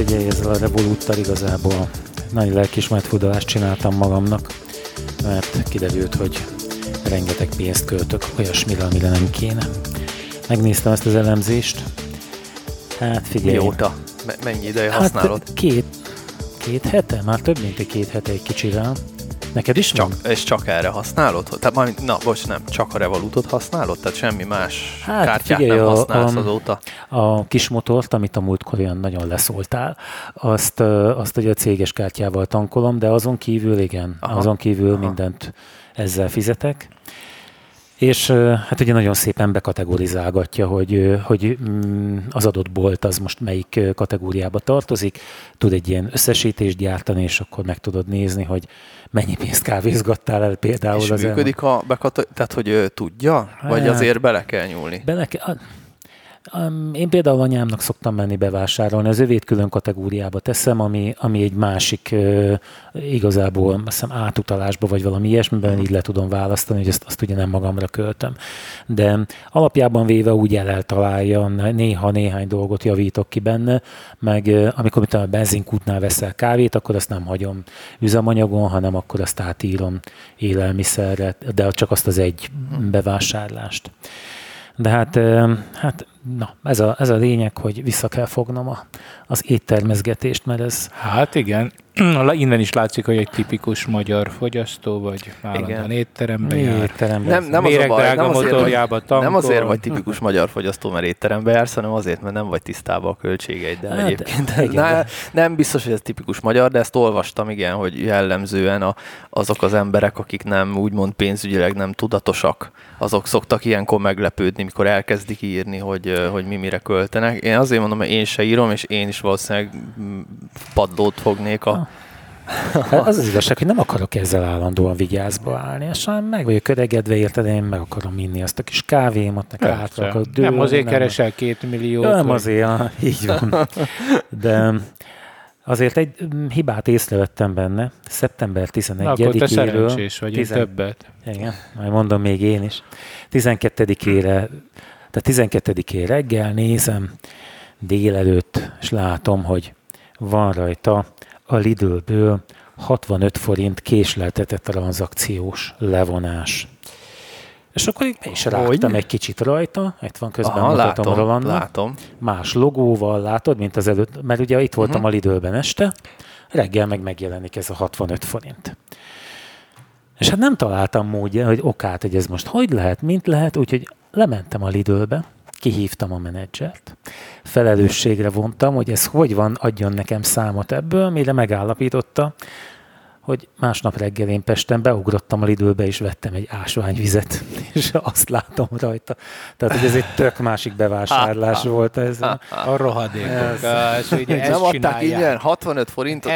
figyelj, ezzel a Revoluttal igazából nagy lelkiismeret fudalást csináltam magamnak, mert kiderült, hogy rengeteg pénzt költök olyasmire, amire nem kéne. Megnéztem ezt az elemzést. Hát figyelj. Mióta? Mennyi ideje használod? Két hete? Már több mint egy 2 hete egy kicsivel. Neked is van? És csak erre használod? Tehát csak a Revolutot használod? Tehát semmi más kártyát figyelj, nem használsz azóta? A kis motort, amit a múltkor olyan nagyon leszóltál, azt ugye a céges kártyával tankolom, de azon kívül igen, azon kívül mindent ezzel fizetek. És hát ugye nagyon szépen bekategorizálgatja, hogy az adott bolt az most melyik kategóriába tartozik, tud egy ilyen összesítést gyártani, és akkor meg tudod nézni, hogy mennyi pénzt kávézgattál el például. És működik tehát hogy tudja? Vagy azért bele kell nyúlni? Én például anyámnak szoktam menni bevásárolni, az övét külön kategóriába teszem, ami egy másik igazából azt hiszem átutalásba vagy valami ilyesmiben így le tudom választani, hogy azt ugye nem magamra költöm. De alapjában véve úgy eltalálja, néha néhány dolgot javítok ki benne, meg amikor a benzinkútnál veszel kávét, akkor azt nem hagyom üzemanyagon, hanem akkor azt átírom élelmiszerre, de csak azt az egy bevásárlást. De hát ez a lényeg, hogy vissza kell fognom az éttermezgetést, mert ez... Hát igen, innen is látszik, hogy egy tipikus magyar fogyasztó, vagy állandóan étterembe jár. Nem azért vagy tipikus magyar fogyasztó, mert étterembe jársz, hanem azért, mert nem vagy tisztában a költségeiddel egyébként. Nem biztos, hogy ez tipikus magyar, de ezt olvastam, igen, hogy jellemzően azok az emberek, akik nem úgymond pénzügyileg nem tudatosak, azok szoktak ilyenkor meglepődni, mikor elkezdik írni, hogy mi mire költenek. Én azért mondom, hogy én se írom, és én is valószínűleg padlót fognék Az az igazság, hogy nem akarok ezzel állandóan vigyázba állni, és meg vagyok öregedve, érted, én meg akarom inni azt a kis kávémat, meg hátra akarok dőlni. Nem azért keresel 2 milliót. Nem azért, így van. De azért egy hibát észrevettem benne. Szeptember 11-éről... Akkor te szerencsés vagy, többet. Igen, majd mondom még én is. 12-ére reggel nézem délelőtt, és látom, hogy van rajta a Lidlből 65 forint késleltetett tranzakciós levonás. És akkor így be is rágtam egy kicsit rajta, itt van közben mutatom Rolandnak. Látom. Más logóval, látod, mint az előtt, mert ugye itt voltam a Lidlben este, reggel megjelenik ez a 65 forint. És hát nem találtam módja, hogy okát, hogy ez most hogy lehet, mint lehet, úgyhogy lementem a Lidlbe, kihívtam a menedzsert, felelősségre vontam, hogy ez hogy van, adjon nekem számot ebből, mire megállapította, hogy másnap reggel én Pesten beugrottam a Lidlbe, és vettem egy ásványvizet, és azt látom rajta. Tehát, hogy ez egy tök másik bevásárlás volt ez. A rohadékok. Nem adták ingyen 65 forintot,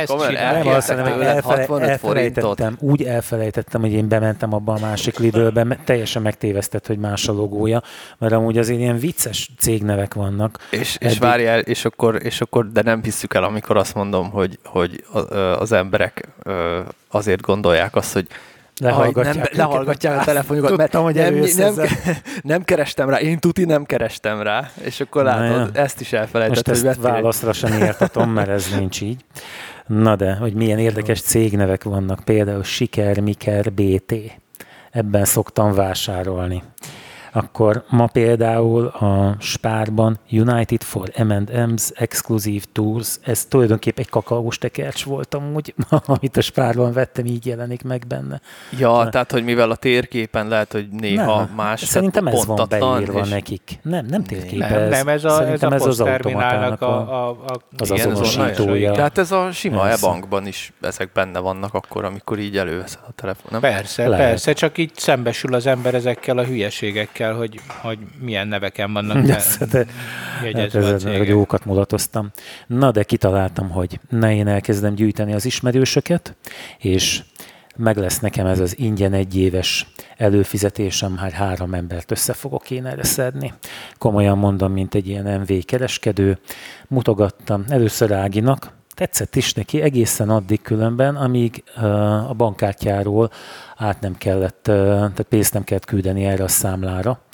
úgy elfelejtettem, hogy én bementem abba a másik Lidlbe, teljesen megtévesztett, hogy más a logója, mert amúgy azért ilyen vicces cégnevek vannak. És várjál, és akkor, de nem hisszük el, amikor azt mondom, hogy az emberek azért gondolják azt, hogy lehallgatják a telefonjukat, mert nem kerestem rá, én tuti nem kerestem rá, és akkor látod, ezt is elfelejtett. Most ezt válaszra sem értatom, mert ez nincs így. Na de, hogy milyen érdekes cégnevek vannak, például Siker, Miker, BT. Ebben szoktam vásárolni. Akkor ma például a Spárban United for M&M's Exclusive Tours, ez tulajdonképpen egy kakaós tekercs volt amúgy, amit a Spárban vettem, így jelenik meg benne. Ja, tehát, hogy mivel a térképen lehet, hogy néha más. Szerintem ez van beírva nekik. Nem térképen. Nem, ez a posztterminálnak az azonosítója. Tehát ez a sima e-bankban is ezek benne vannak akkor, amikor így előveszed a telefon, nem? Persze, csak így szembesül az ember ezekkel a hülyeségekkel, hogy milyen neveken vannak jegyezve a cégek. Jókat mulatoztam. Na, de kitaláltam, hogy én elkezdem gyűjteni az ismerősöket, és meg lesz nekem ez az ingyen 1 éves előfizetésem, már 3 embert össze fogok én erre szedni. Komolyan mondom, mint egy ilyen MV kereskedő. Mutogattam először Áginak, tetszett is neki egészen addig különben, amíg a bankkártyáról át nem kellett, tehát pénzt nem kellett küldeni erre a számlára.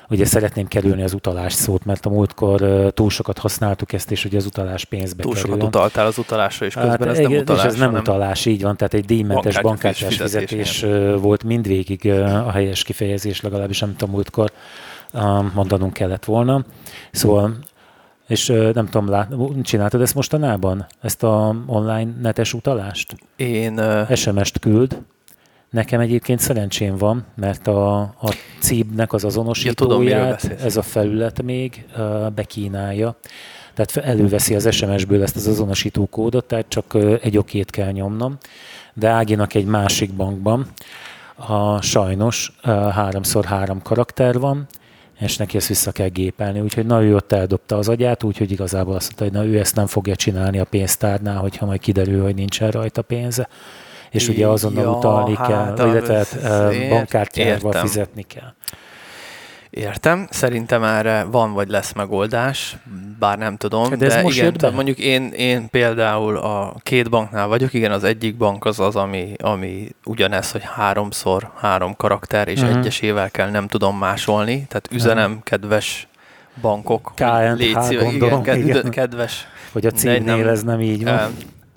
ugye szeretném kerülni az utalás szót, mert a múltkor túl sokat használtuk ezt, és ugye az utalás pénzbe túl kerül. Túl sokat utaltál az utalásra, és közben ez nem utalás. És ez nem utalás, így van, tehát egy díjmentes bankkártyás fizetés volt mindvégig a helyes kifejezés, legalábbis amit a múltkor mondanunk kellett volna. Szóval, és nem tudom, csináltad ezt mostanában? Ezt a online netes utalást? Én... SMS-t küld. Nekem egyébként szerencsém van, mert a CIB-nek az azonosítóját ez a felület még bekínálja. Tehát előveszi az SMS-ből ezt az azonosító kódot, tehát csak egy okét kell nyomnom. De Áginak egy másik bankban sajnos 3x3 karakter van, és neki ezt vissza kell gépelni. Úgyhogy ő ott eldobta az agyát, úgyhogy igazából azt mondta, hogy ő ezt nem fogja csinálni a pénztárnál, hogyha majd kiderül, hogy nincsen rajta pénze. És ugye azonnal utalni kell, illetve bankkártyával fizetni kell. Értem, szerintem erre van vagy lesz megoldás, bár nem tudom, de igen, tehát mondjuk én például a 2 banknál vagyok, igen, az egyik bank az, ami ugyanez, hogy 3x3 karakter, és egyesével kell, nem tudom másolni, tehát üzenem, kedves bankok, kedves. Hogy a cégnél ez nem így van.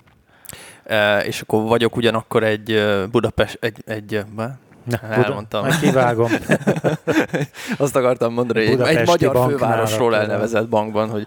És akkor vagyok ugyanakkor egy Budapest, elmondtam. Kivágom. Azt akartam mondani, hogy egy magyar fővárosról elnevezett bankban, hogy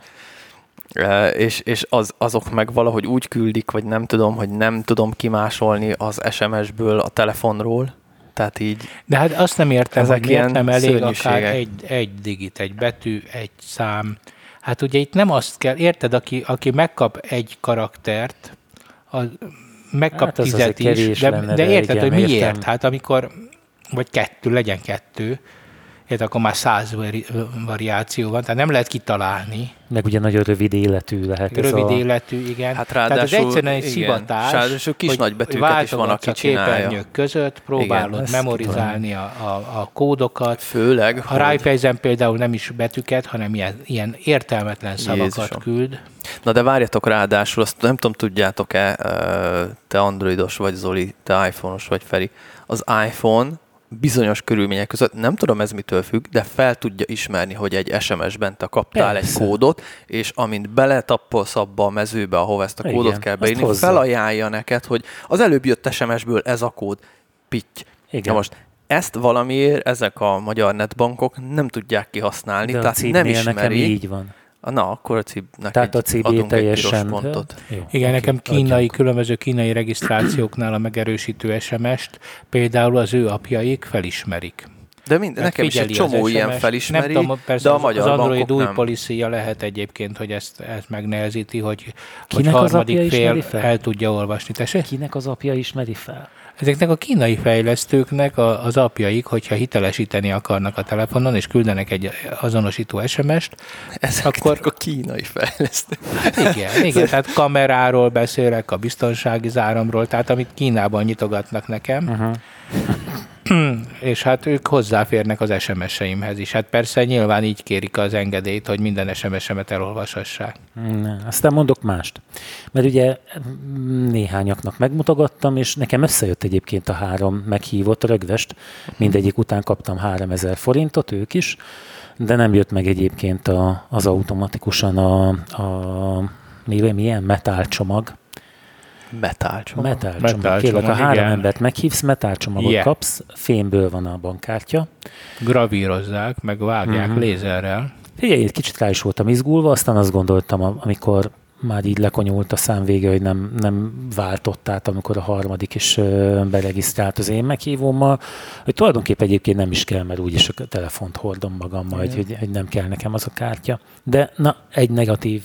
és azok meg valahogy úgy küldik, vagy nem tudom, hogy nem tudom kimásolni az SMS-ből a telefonról. Tehát így... De hát azt nem értem, hogy miért nem elég akár egy digit, egy betű, egy szám. Hát ugye itt nem azt kell, érted, aki megkap egy karaktert, megkap 10 is, de érted, hogy miért? Értem. Hát amikor, vagy 2, legyen 2, érted, akkor már 100 variáció van, tehát nem lehet kitalálni. Meg ugye nagyon rövid életű lehet. Rövid életű, igen. Hát ráadásul, tehát ez egyszerűen egy szivatás, ráadásul kis nagy betűket is van, aki csinálja. A képernyők között próbálod igen, memorizálni a kódokat. Főleg. A Raiffeisen például nem is betűket, hanem ilyen értelmetlen szavakat küld. Na de várjatok, ráadásul, azt nem tudom, tudjátok-e, te androidos vagy Zoli, te iPhone-os vagy Feri, az iPhone bizonyos körülmények között, nem tudom ez mitől függ, de fel tudja ismerni, hogy egy SMS-ben te kaptál egy kódot, és amint beletappolsz abba a mezőbe, ahova ezt a kódot kell beírni, felajánlja neked, hogy az előbb jött SMS-ből ez a kód, pitty. Na most ezt valamiért ezek a magyar netbankok nem tudják kihasználni, de tehát nem ismeri. Nekem így van. Na, akkor a CIB-nek tehát a CIB teljesen pontot. Igen, nekem különböző kínai regisztrációknál a megerősítő SMS-t például az ő apjaik felismerik. De nekem is egy csomó ilyen felismeri, nem tudom, persze de a magyar az Android bankok új nem. policy-ja lehet egyébként, hogy ezt megnehezíti, hogy harmadik fél el tudja olvasni. Tessék? Kinek az apja ismeri fel? Ezeknek a kínai fejlesztőknek az apjaik, hogyha hitelesíteni akarnak a telefonon, és küldenek egy azonosító SMS-t, akkor a kínai fejlesztők. Hát igen, tehát kameráról beszélek, a biztonsági záramról, tehát amit Kínában nyitogatnak nekem, és hát ők hozzáférnek az SMS-eimhez is. Hát persze nyilván így kérik az engedélyt, hogy minden SMS-emet elolvashassák. Aztán mondok mást. Mert ugye néhányaknak megmutogattam, és nekem összejött egyébként a 3 meghívott rögvest. Mindegyik után kaptam 3000 forintot, ők is, de nem jött meg egyébként az automatikusan milyen metálcsomag. Metálcsomag. Kérlek, a 3 embert meghívsz, metálcsomagot kapsz, fémből van a bankkártya. Gravírozzák, meg vágják lézerrel. Figyelj, egy kicsit rá is voltam izgulva, aztán azt gondoltam, amikor már így lekonyult a szám vége, hogy nem váltott át, amikor a harmadik is beregisztrált az én meghívómmal, hogy tulajdonképpen egyébként nem is kell, mert úgyis a telefont hordom magammal, hogy nem kell nekem az a kártya. De egy negatív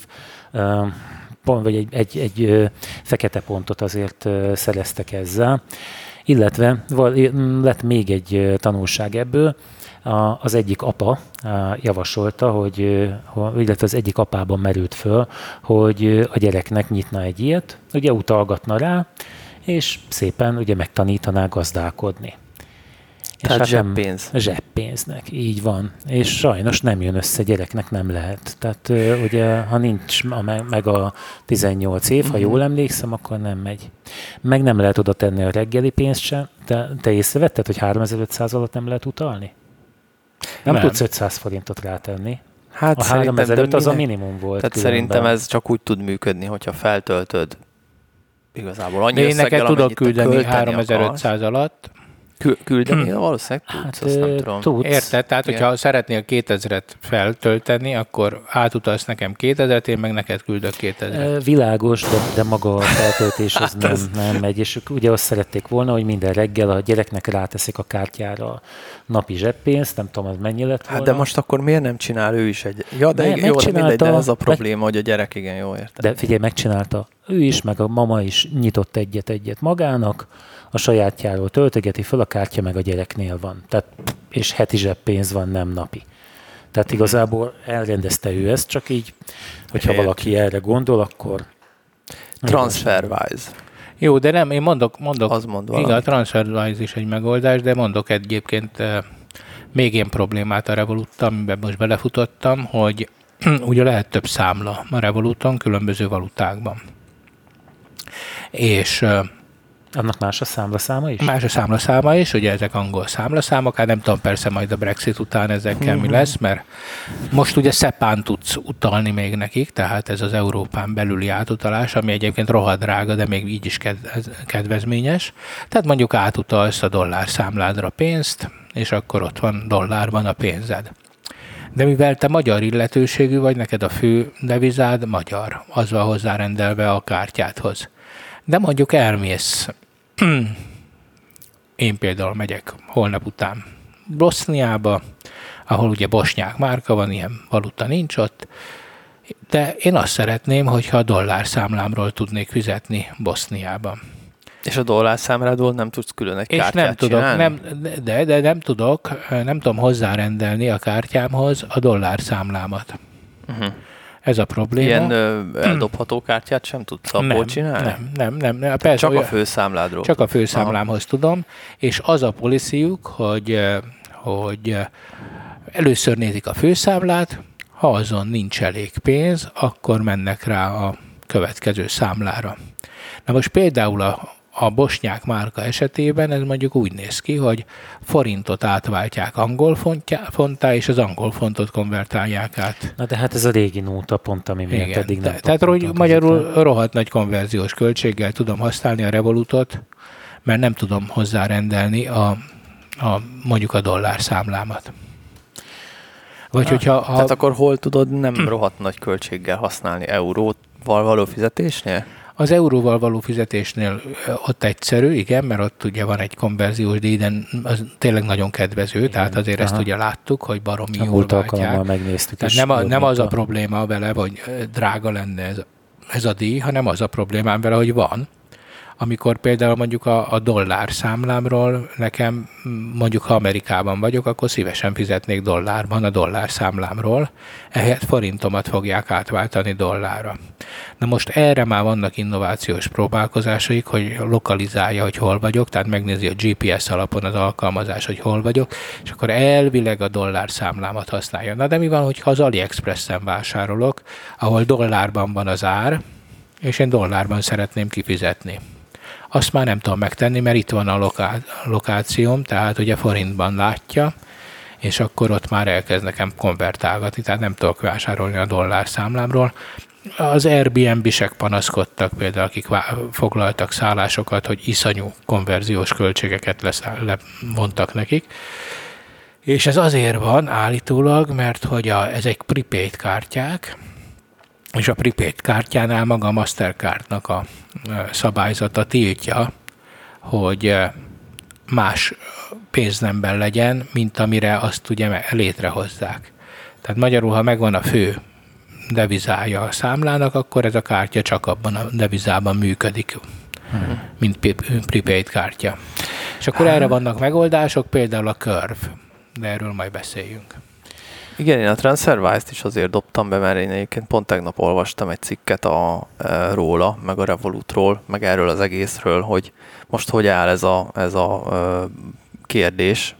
vagy egy fekete pontot azért szereztek ezzel. Illetve lett még egy tanulság ebből. Az egyik apa javasolta, illetve az egyik apában merült föl, hogy a gyereknek nyitna egy ilyet, ugye utalgatna rá, és szépen ugye megtanítaná gazdálkodni. Tehát zseppénz. Zseppénznek, így van. És sajnos nem jön össze, gyereknek nem lehet. Tehát ugye, ha nincs meg a 18 év, ha jól emlékszem, akkor nem megy. Meg nem lehet oda tenni a reggeli pénzt sem. Te észrevetted, hogy 3500 alatt nem lehet utalni? Nem tudsz 500 forintot rátenni. Hát a 3005 az a minimum volt. Tehát szerintem ez csak úgy tud működni, hogyha feltöltöd igazából annyi összeggel, neked tudok küldeni 3500 alatt. Küldeni? Valószínűleg tudsz, hát, azt nem tudom. Tudsz. Érted? Tehát, hogyha szeretnél 2000-et feltölteni, akkor átutalsz nekem 2000-et, én meg neked küldök 2000-et. Világos, de maga a feltöltés az nem megy. És ugye azt szerették volna, hogy minden reggel a gyereknek ráteszik a kártyára napi zseppénzt, nem tudom, az mennyi lett volna. Hát de most akkor miért nem csinál ő is egy... Ja, de jó, mindegy, de ez a probléma, hogy a gyerek igen, jó érted. De figyelj, megcsinálta ő is, meg a mama is nyitott egyet magának, a sajátjáról töltögeti föl, a kártya meg a gyereknél van. Tehát, és heti zseppénz van, nem napi. Tehát igazából elrendezte ő ezt, csak így, hogyha valaki erre gondol, akkor... TransferWise. Jó, de nem, én mondok az mond valami. Igen, a TransferWise is egy megoldás, de mondok egyébként még ilyen problémát a Revoluttal, amiben most belefutottam, hogy ugye lehet több számla a Revoluton különböző valutákban. És... Annak más a számlaszáma is? Más a számlaszáma is, ugye ezek angol számlaszámok, hát nem tudom persze majd a Brexit után ezekkel mi lesz, mert most ugye SEPA-n tudsz utalni még nekik, tehát ez az Európán belüli átutalás, ami egyébként rohadt drága, de még így is kedvezményes. Tehát mondjuk átutalsz a dollárszámládra pénzt, és akkor ott van dollárban a pénzed. De mivel te magyar illetőségű vagy, neked a fő devizád magyar, az van hozzárendelve a kártyádhoz. De mondjuk elmész, én például megyek holnap után Boszniába, ahol ugye bosnyák márka van, ilyen valuta nincs ott, de én azt szeretném, hogyha a dollárszámlámról tudnék fizetni Boszniában. És a dollárszámládból nem tudsz külön egy kártyát csinálni? De nem tudok, nem tudom hozzárendelni a kártyámhoz a dollárszámlámat. Ez a probléma. Ilyen eldobható kártyát sem tudsz abból csinálni? Nem. Persze, csak a főszámládról. Csak a főszámlámhoz tudom, és az a policyjuk, hogy először nézik a főszámlát, ha azon nincs elég pénz, akkor mennek rá a következő számlára. Na most például a bosnyák márka esetében ez mondjuk úgy néz ki, hogy forintot átváltják angol fonttá, és az angol fontot konvertálják át. Na de hát ez a régi nóta pont, ami miatt eddig nem. Tehát magyarul rohadt nagy konverziós költséggel tudom használni a Revolutot, mert nem tudom hozzárendelni mondjuk a dollárszámlámat. Vagy tehát akkor hol tudod nem rohadt nagy költséggel használni euróval való fizetésnél? Az euróval való fizetésnél ott egyszerű, igen, mert ott ugye van egy konverziós díj, de az tényleg nagyon kedvező, igen, tehát azért ezt ugye láttuk, hogy baromi jól váltják. Megnéztük. Tehát nem az a probléma vele, hogy drága lenne ez a díj, hanem az a problémám vele, hogy van. Amikor például mondjuk a dollár számlámról nekem, mondjuk ha Amerikában vagyok, akkor szívesen fizetnék dollárban a dollár számlámról, ehhez forintomat fogják átváltani dollárra. Na most erre már vannak innovációs próbálkozásaik, hogy lokalizálja, hogy hol vagyok, tehát megnézi a GPS alapon az alkalmazás, hogy hol vagyok, és akkor elvileg a dollár számlámat használja. Na de mi van, hogyha az AliExpressen vásárolok, ahol dollárban van az ár, és én dollárban szeretném kifizetni. Azt már nem tudom megtenni, mert itt van a lokációm, tehát ugye forintban látja, és akkor ott már elkezd nekem konvertálgatni, tehát nem tudok vásárolni a dollár számlámról. Az Airbnb-sek panaszkodtak például, akik foglaltak szállásokat, hogy iszonyú konverziós költségeket levontak nekik. És ez azért van állítólag, mert hogy ezek prepaid kártyák, és a prepaid kártyánál maga a Mastercardnak a szabályzata tiltja, hogy más pénznemben legyen, mint amire azt ugye létrehozzák. Tehát magyarul, ha megvan a fő devizája a számlának, akkor ez a kártya csak abban a devizában működik, mint prepaid kártya. És akkor erre vannak megoldások, például a Curve, de erről majd beszéljünk. Igen, én a TransferWise-t is azért dobtam be, mert én egyébként pont tegnap olvastam egy cikket róla, meg a Revolutról, meg erről az egészről, hogy most hogy áll ez a kérdés,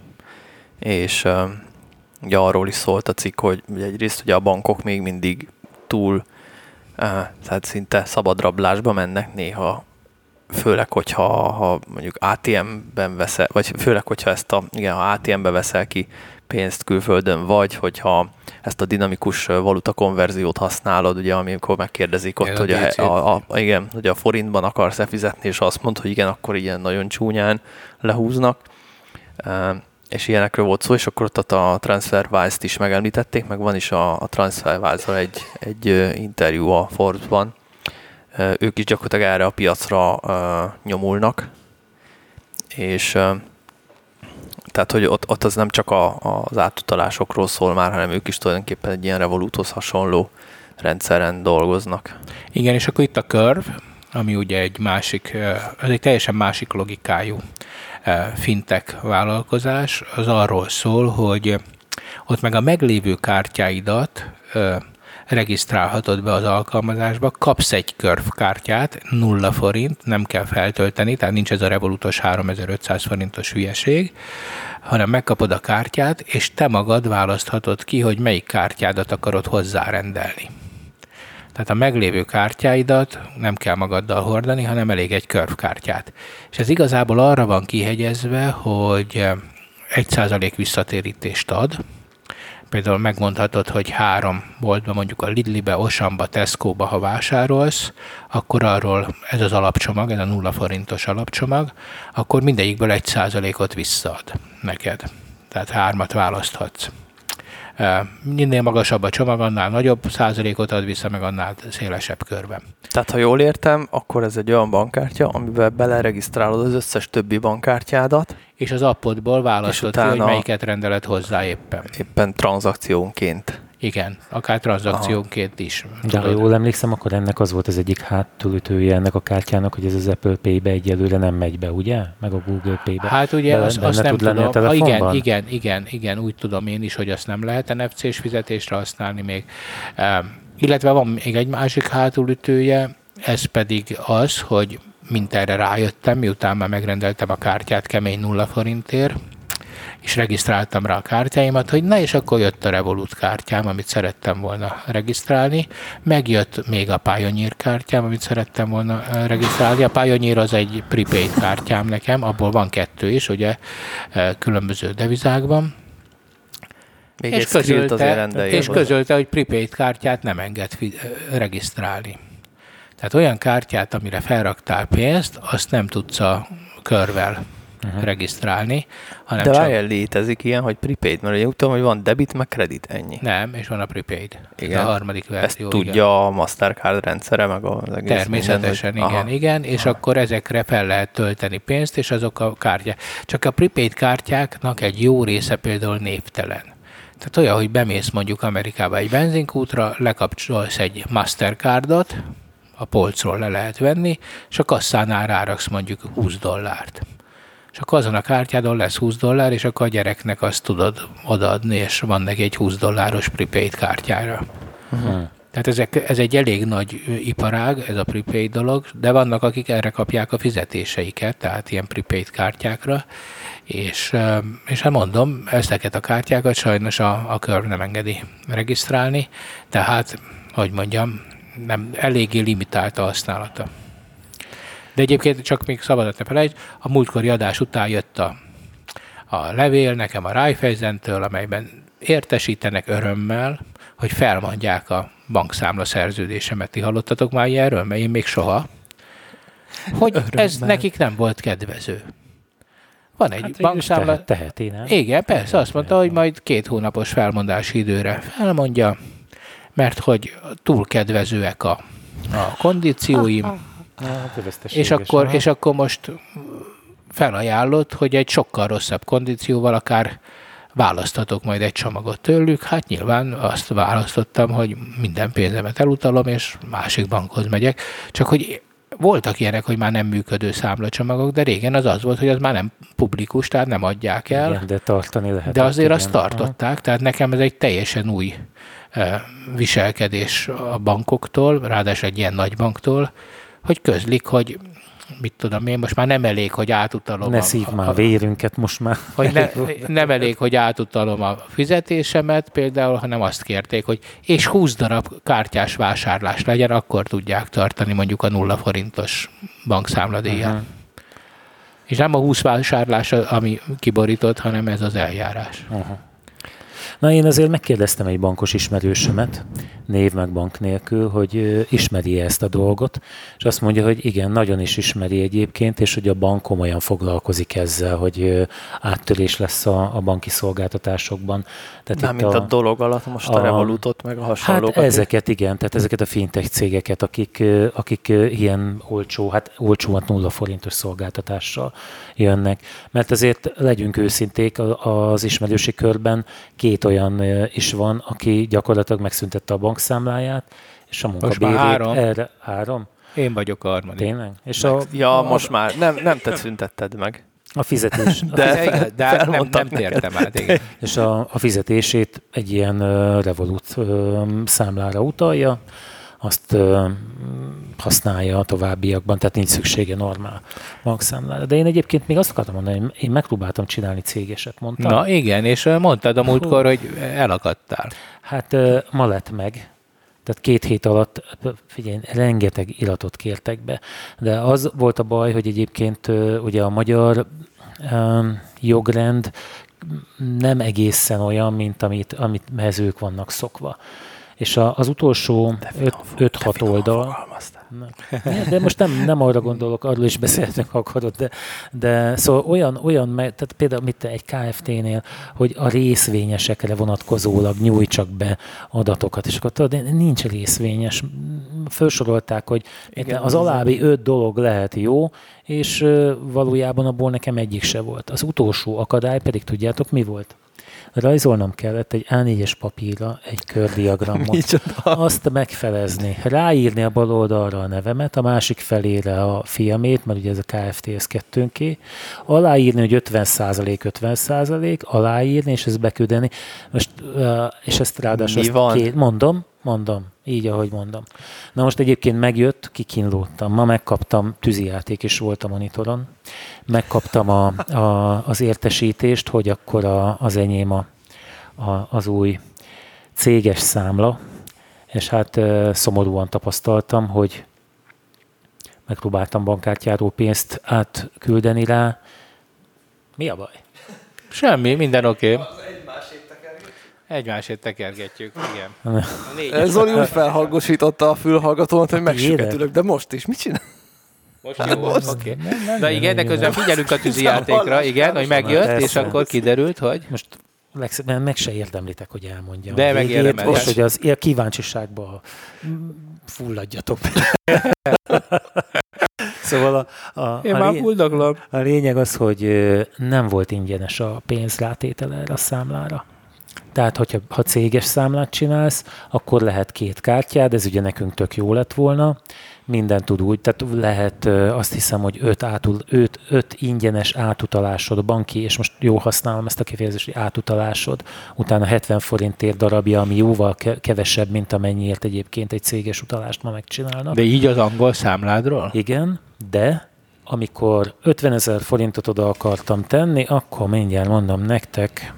és ugye arról is szólt a cikk, hogy egyrészt ugye a bankok még mindig túl, tehát szinte szabadrablásba mennek néha főleg, hogyha mondjuk ATM-ben veszel, vagy főleg, hogyha ha ATM-be veszel ki pénzt külföldön, vagy hogyha ezt a dinamikus valuta konverziót használod, ugye, amikor megkérdezik ott, hogy a forintban akarsz-e fizetni, és azt mondod, hogy igen, akkor ilyen nagyon csúnyán lehúznak, és ilyenekről volt szó, és akkor ott a TransferWise-t is megemlítették, meg van is a TransferWise-ral egy interjú a Forbes-ban. Ők is gyakorlatilag erre a piacra nyomulnak, és tehát, hogy ott az nem csak az átutalásokról szól már, hanem ők is tulajdonképpen egy ilyen Revoluthoz hasonló rendszeren dolgoznak. Igen, és akkor itt a Curve, ami ugye egy teljesen másik logikájú fintech vállalkozás, az arról szól, hogy ott meg a meglévő kártyáidat regisztrálhatod be az alkalmazásba, kapsz egy Curve kártyát, 0 forint, nem kell feltölteni, tehát nincs ez a Revolutos 3500 forintos hülyeség, hanem megkapod a kártyát, és te magad választhatod ki, hogy melyik kártyádat akarod hozzárendelni. Tehát a meglévő kártyáidat nem kell magaddal hordani, hanem elég egy Curve kártyát. És ez igazából arra van kihegyezve, hogy 1% visszatérítést ad. Például megmondhatod, hogy 3 boltban, mondjuk a Lidl-be, Auchanba, Tesco-ba, ha vásárolsz, akkor arról ez az alapcsomag, ez a 0 forintos alapcsomag, akkor mindegyikből 1%-ot visszaad neked. Tehát 3-at választhatsz. Minél magasabb a csomag, annál nagyobb százalékot ad vissza, meg annál szélesebb körben. Tehát, ha jól értem, akkor ez egy olyan bankkártya, amiben beleregisztrálod az összes többi bankkártyádat. És az appodból választod ki, hogy melyiket rendeled hozzá éppen. Éppen tranzakciónként. Igen, akár tranzakciónként is. De ha jól emlékszem, akkor ennek az volt az egyik hátulütője ennek a kártyának, hogy ez az Apple Pay-be egyelőre nem megy be, ugye? Meg a Google Pay-be. Hát ugye azt nem tudom. Igen, úgy tudom én is, hogy azt nem lehet NFC-s fizetésre használni még. Illetve van még egy másik hátulütője, ez pedig az, hogy mint erre rájöttem, miután már megrendeltem a kártyát kemény 0 forintért, és regisztráltam rá a kártyáimat, hogy na és akkor jött a Revolut kártyám, amit szerettem volna regisztrálni, megjött még a Pioneer kártyám, amit szerettem volna regisztrálni. A Pioneer az egy prepaid kártyám nekem, abból van 2 is, ugye különböző devizákban. Még és közölte, hogy prepaid kártyát nem enged regisztrálni. Tehát olyan kártyát, amire felraktál pénzt, azt nem tudsz a körvel regisztrálni. Hanem de várjál, létezik ilyen, hogy prepaid, mert ugye tudom, hogy van debit, meg kredit, ennyi. Nem, és van a prepaid. Igen. A harmadik verzió. Ezt tudja a Mastercard rendszere, meg az egész természetesen, minden, igen, és akkor ezekre fel lehet tölteni pénzt, és azok a kártyák. Csak a prepaid kártyáknak egy jó része például névtelen. Tehát olyan, hogy bemész mondjuk Amerikába egy benzinkútra, lekapcsolsz egy Mastercardot, a polcról le lehet venni, és a kasszánál ráraksz mondjuk $20. És akkor azon a kártyádon lesz $20, és akkor a gyereknek azt tudod odaadni, és van neki egy $20 prepaid kártyára. Tehát ez egy elég nagy iparág, ez a prepaid dolog, de vannak, akik erre kapják a fizetéseiket, tehát ilyen prepaid kártyákra, és hát mondom, ezeket a kártyákat sajnos a Curve nem engedi regisztrálni, tehát, hogy mondjam, nem eléggé limitált a használata. De egyébként csak még szabadat ne felejtsd, a múltkori adás után jött a levél nekem a Raiffeisentől, amelyben értesítenek örömmel, hogy felmondják a bankszámla szerződésemet. Ti hallottatok már ilyenről? Mert én még soha. Hogy örömmel. Ez nekik nem volt kedvező. Van egy bankszámla... Teheti, nem? Igen, persze, azt mondta, hogy majd 2 hónapos felmondási időre felmondja, mert hogy túl kedvezőek a kondícióim, és akkor most felajánlott, hogy egy sokkal rosszabb kondícióval akár választhatok majd egy csomagot tőlük. Hát nyilván azt választottam, hogy minden pénzemet elutalom, és másik bankhoz megyek. Csak hogy voltak ilyenek, hogy már nem működő számlacsomagok, de régen az volt, hogy az már nem publikus, tehát nem adják el. Igen, de tartani lehet. De azért azt tartották, tehát nekem ez egy teljesen új viselkedés a bankoktól, ráadásul egy ilyen nagy banktól, hogy közlik, hogy mit tudom én, most már nem elég, hogy átutalom. Ne szívd már vérünket most már. Hogy nem elég, hogy átutalom a fizetésemet például, hanem azt kérték, hogy és 20 darab kártyás vásárlás legyen, akkor tudják tartani mondjuk a 0 forintos bankszámladíjat. Uh-huh. És nem a 20 vásárlás, ami kiborított, hanem ez az eljárás. Uh-huh. Na, én azért megkérdeztem egy bankos ismerősömet, név meg bank nélkül, hogy ismeri ezt a dolgot, és azt mondja, hogy igen, nagyon is ismeri egyébként, és hogy a bank komolyan foglalkozik ezzel, hogy áttörés lesz a banki szolgáltatásokban. Tehát nem, mint a dolog alatt most a Revolutot, meg a hasonlókat. Hát ezeket igen, tehát ezeket a fintech cégeket, akik ilyen olcsó 0 forintos szolgáltatással jönnek. Mert azért legyünk őszinték, az ismerősi körben 2 olyan is van, aki gyakorlatilag megszüntette a bankszámláját, és a munkabérét erre 3. Én vagyok a harmadik. Tényleg? És most már nem te szüntetted meg. A fizetés. De nem tértem át, igen. És a fizetését egy ilyen Revolut számlára utalja, azt használja a továbbiakban, tehát nincs szüksége normál bankszámlára. De én egyébként még azt akartam mondani, hogy én megpróbáltam csinálni cégeset, mondtam. Na igen, és mondtad a múltkor, hogy elakadtál. Hát ma lett meg. Tehát 2 hét alatt, figyelj, rengeteg iratot kértek be. De az volt a baj, hogy egyébként ugye a magyar jogrend nem egészen olyan, mint amit mezők vannak szokva. És az utolsó 5-6 oldal... De most nem arra gondolok, arról is beszéltünk akarod, de szóval olyan tehát például egy KFT-nél, hogy a részvényesekre vonatkozólag nyújtsak be adatokat, és akkor tudod, nincs részvényes. Felsorolták, hogy igen, az alábbi 5 dolog lehet jó, és valójában abból nekem egyik se volt. Az utolsó akadály pedig tudjátok mi volt? Rajzolnom kellett egy A4-es papírra egy kördiagramot, azt megfelezni, ráírni a bal oldalra a nevemet, a másik felére a fiamét, mert ugye ez a KFT, ez 2-nké, aláírni, hogy 50%, aláírni, és ezt beküldeni. Most, és ezt ráadásul mondom, így, ahogy mondom. Na most egyébként megjött, kikínlódtam. Ma megkaptam, tűzijáték is volt a monitoron, megkaptam az értesítést, hogy akkor az enyém az új céges számla, és hát szomorúan tapasztaltam, hogy megpróbáltam bankkártyáról pénzt átküldeni rá. Mi a baj? Semmi, minden oké. Egymásét tekergetjük, igen. Zoli úgy felhangosította a fülhallgatómat, hogy megsüketülök, de most is. Mit csinál? Most jó, oké. De igen, de közben figyelünk a tűzijátékra, igen, hogy megjött, és akkor kiderült, hogy... Most meg se érdemlitek, hogy elmondjam. De megérdemel. Most, hogy az kíváncsiságba fulladjatok. Szóval a lényeg az, hogy nem volt ingyenes a pénzrátétel erre a számlára. Tehát, ha céges számlát csinálsz, akkor lehet 2 kártyád, ez ugye nekünk tök jó lett volna, minden tud úgy, tehát lehet azt hiszem, hogy 5 ingyenes átutalásod banki, és most jó használom ezt a kifejezést, hogy átutalásod, utána 70 forintért darabja, ami jóval kevesebb, mint amennyiért egyébként egy céges utalást ma megcsinálnak. De így az angol számládról? Igen, de amikor 50 000 forintot oda akartam tenni, akkor mindjárt mondom nektek,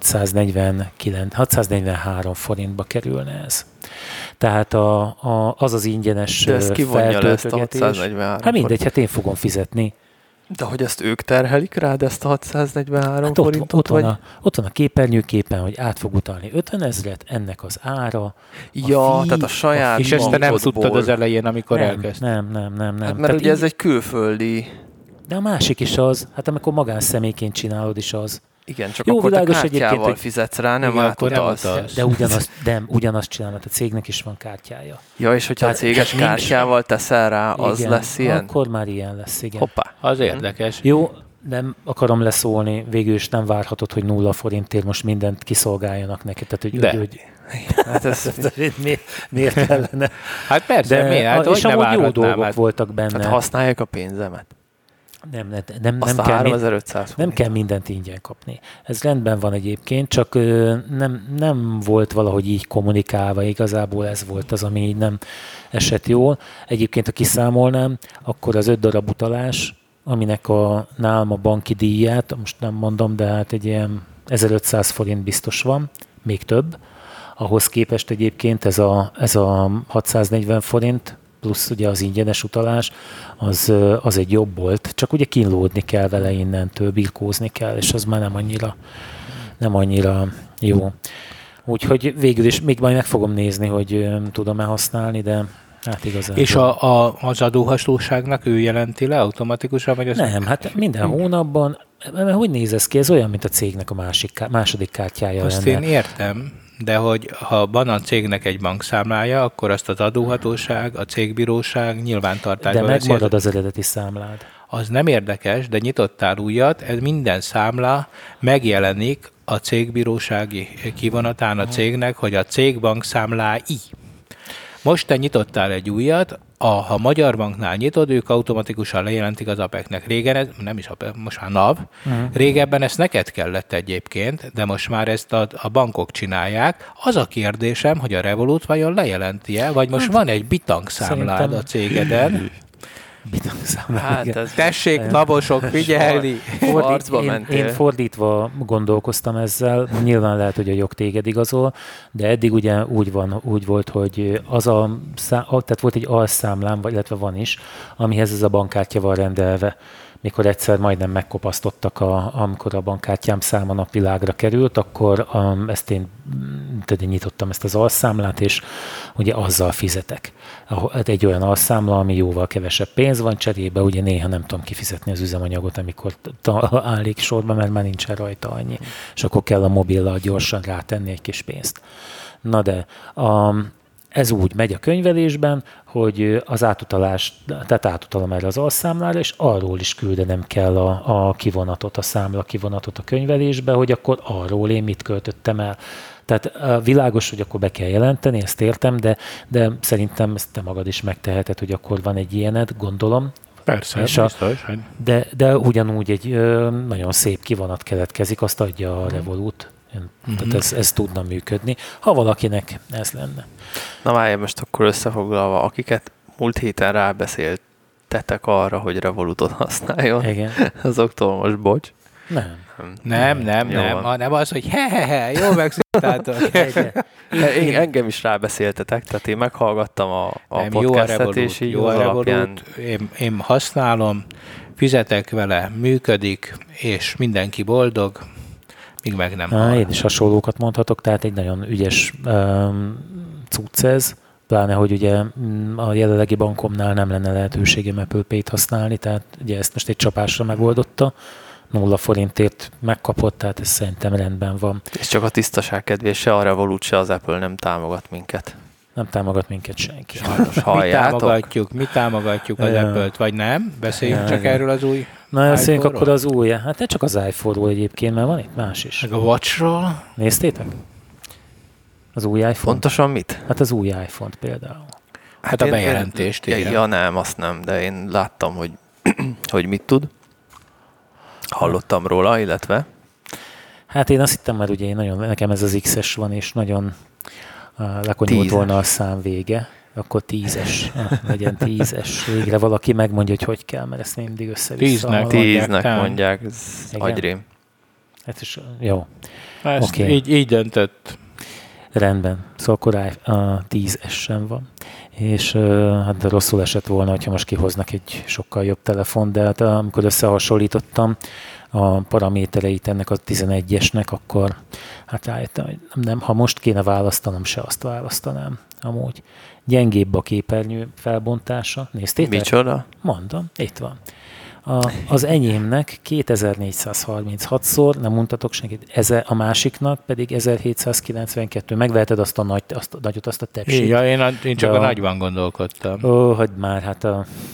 643 forintba kerülne ez. Tehát az ingyenes feltöltögetés. De ezt kivonja le ezt a 643 Hát mindegy, hát én fogom fizetni. De hogy ezt ők terhelik rád, ezt a 643 forintot? Ott van a képernyőképen, hogy át fog utalni 50 000, ennek az ára. Tehát a saját és ezt te nem tudtad az elején, amikor elkezdted. Nem. Hát mert tehát ugye ez egy külföldi... De a másik is az, hát amikor magánszemélyként csinálod is az. Igen, csak jó, akkor te kártyával fizetsz rá, nem átutalsz. De ugyanazt csinálod, a cégnek is van kártyája. Ja, és hogyha a céges kártyával teszel rá, az igen, lesz ilyen? Akkor már ilyen lesz, igen. Hoppá. Az érdekes. Jó, nem akarom leszólni, végül is nem várhatod, hogy 0 forintért most mindent kiszolgáljanak neked. Tehát, hogy hát ez miért kellene? Hát persze, miért? Hát és amúgy jó dolgok voltak benne. Hát használják a pénzemet. Nem kell mindent ingyen kapni. Ez rendben van egyébként, csak nem volt valahogy így kommunikálva, igazából ez volt az, ami így nem esett jól. Egyébként, ha kiszámolnám, akkor az 5 darab utalás, aminek nálam a banki díját, most nem mondom, de hát egy ilyen 1500 forint biztos van, még több. Ahhoz képest egyébként ez a 640 forint, plusz ugye az ingyenes utalás, az egy jobb volt. Csak ugye kínlódni kell vele innentől, birkózni kell, és az már nem annyira jó. Úgyhogy végül is még majd meg fogom nézni, hogy tudom-e használni, de hát igazán. És az adóhatóságnak ő jelenti le automatikusan? Vagy nem, hát minden hónapban, hogy néz ez ki? Ez olyan, mint a cégnek a második kártyája azt lenne. Én értem. De hogy ha van a cégnek egy bankszámlája, akkor azt az adóhatóság, a cégbíróság nyilvántartásban veszi. De megmarad az eredeti számlád. Az nem érdekes, de nyitottál újat, ez minden számla megjelenik a cégbírósági kivonatán a cégnek, hogy a cég bankszámlái. Most te nyitottál egy újat, ha Magyar Banknál nyitod, ők automatikusan lejelentik az APEC-nek. Régen, ez nem is APEC, most már NAV. Régebben ezt neked kellett egyébként, de most már ezt a bankok csinálják. Az a kérdésem, hogy a Revolut vajon lejelenti-e, vagy most van egy bitang számlád a cégeden. Tessék, labosok, figyelni! Én fordítva gondolkoztam ezzel, nyilván lehet, hogy a jog téged igazol, de eddig ugye úgy volt, hogy tehát volt egy alszámlám, illetve van is, amihez ez a bankkártya van rendelve. Mikor egyszer majdnem megkopasztottak, amikor a bankkártyám száma napvilágra került, akkor nyitottam ezt az alszámlát, és ugye azzal fizetek. Egy olyan alszámla, ami jóval kevesebb pénz van cserébe, ugye néha nem tudom kifizetni az üzemanyagot, amikor állik sorba, mert már nincsen rajta annyi. És akkor kell a mobillal gyorsan rátenni egy kis pénzt. Na de ez úgy megy a könyvelésben, hogy az átutalást, tehát átutalom erre az alszámlára, és arról is küldenem kell a kivonatot, a számla kivonatot a könyvelésbe, hogy akkor arról én mit költöttem el. Tehát világos, hogy akkor be kell jelenteni, ezt értem, de szerintem ezt te magad is megteheted, hogy akkor van egy ilyened, gondolom. Persze, biztos. De ugyanúgy egy nagyon szép kivonat keletkezik, azt adja a Revolut. Tehát ez tudna működni, ha valakinek ez lenne. Na várj, most akkor összefoglalva, akiket múlt héten rábeszéltetek arra, hogy Revolutot használjon, igen. Azoktól most bocs. Nem az, hogy jól megszóltáltok. Engem is rábeszéltetek, tehát én meghallgattam a podcastet, és így jó a Revolut, én használom, fizetek vele, működik, és mindenki boldog. Míg meg nem. Én is hasonlókat mondhatok, tehát egy nagyon ügyes cucc ez, pláne, hogy ugye a jelenlegi bankomnál nem lenne lehetőségem Apple Pay-t használni, tehát ugye ezt most egy csapásra megoldotta, 0 forintért megkapott, tehát ez szerintem rendben van. És csak a tisztaság kedvéért se a Revolut, se az Apple nem támogat minket. Nem támogat minket senki. Sajnos halljátok. Mi támogatjuk az Apple-t, vagy nem? Beszéljünk csak erről az új Na, beszéljünk akkor az új. Hát ne csak az iPhone-ról egyébként, mert van itt más is. Meg a Watch-ról. Néztétek? Az új iPhone? Pontosan mit? Hát az új iPhone-t például. Hát a bejelentést. Ja nem, azt nem, de én láttam, hogy mit tud. Hallottam róla, illetve. Hát én azt hittem, mert ugye nekem ez az X-es van, és nagyon lekonyult volna a szám vége. Akkor 10-es, legyen 10-es. Végre valaki megmondja, hogy kell, mert ezt mindig össze-vissza. 10-nek mondják, ez agyrém. Hát is, jó. Ezt így döntött. Rendben. Szóval akkor a 10-es sem van. És hát rosszul esett volna, hogyha most kihoznak egy sokkal jobb telefon, de hát amikor összehasonlítottam a paramétereit ennek a 11-esnek, akkor hát rájöttem, hogy nem, ha most kéne választanom, se azt választanám. Amúgy gyengébb a képernyő felbontása. Néztétek? Micsoda? Mondom, itt van. Az enyémnek 2436-szor, nem mondtatok senkit, a másiknak pedig 1792. Megveheted azt a nagyot, azt a tepsit. Ja, én csak a nagyban gondolkodtam. Ó, hogy már, hát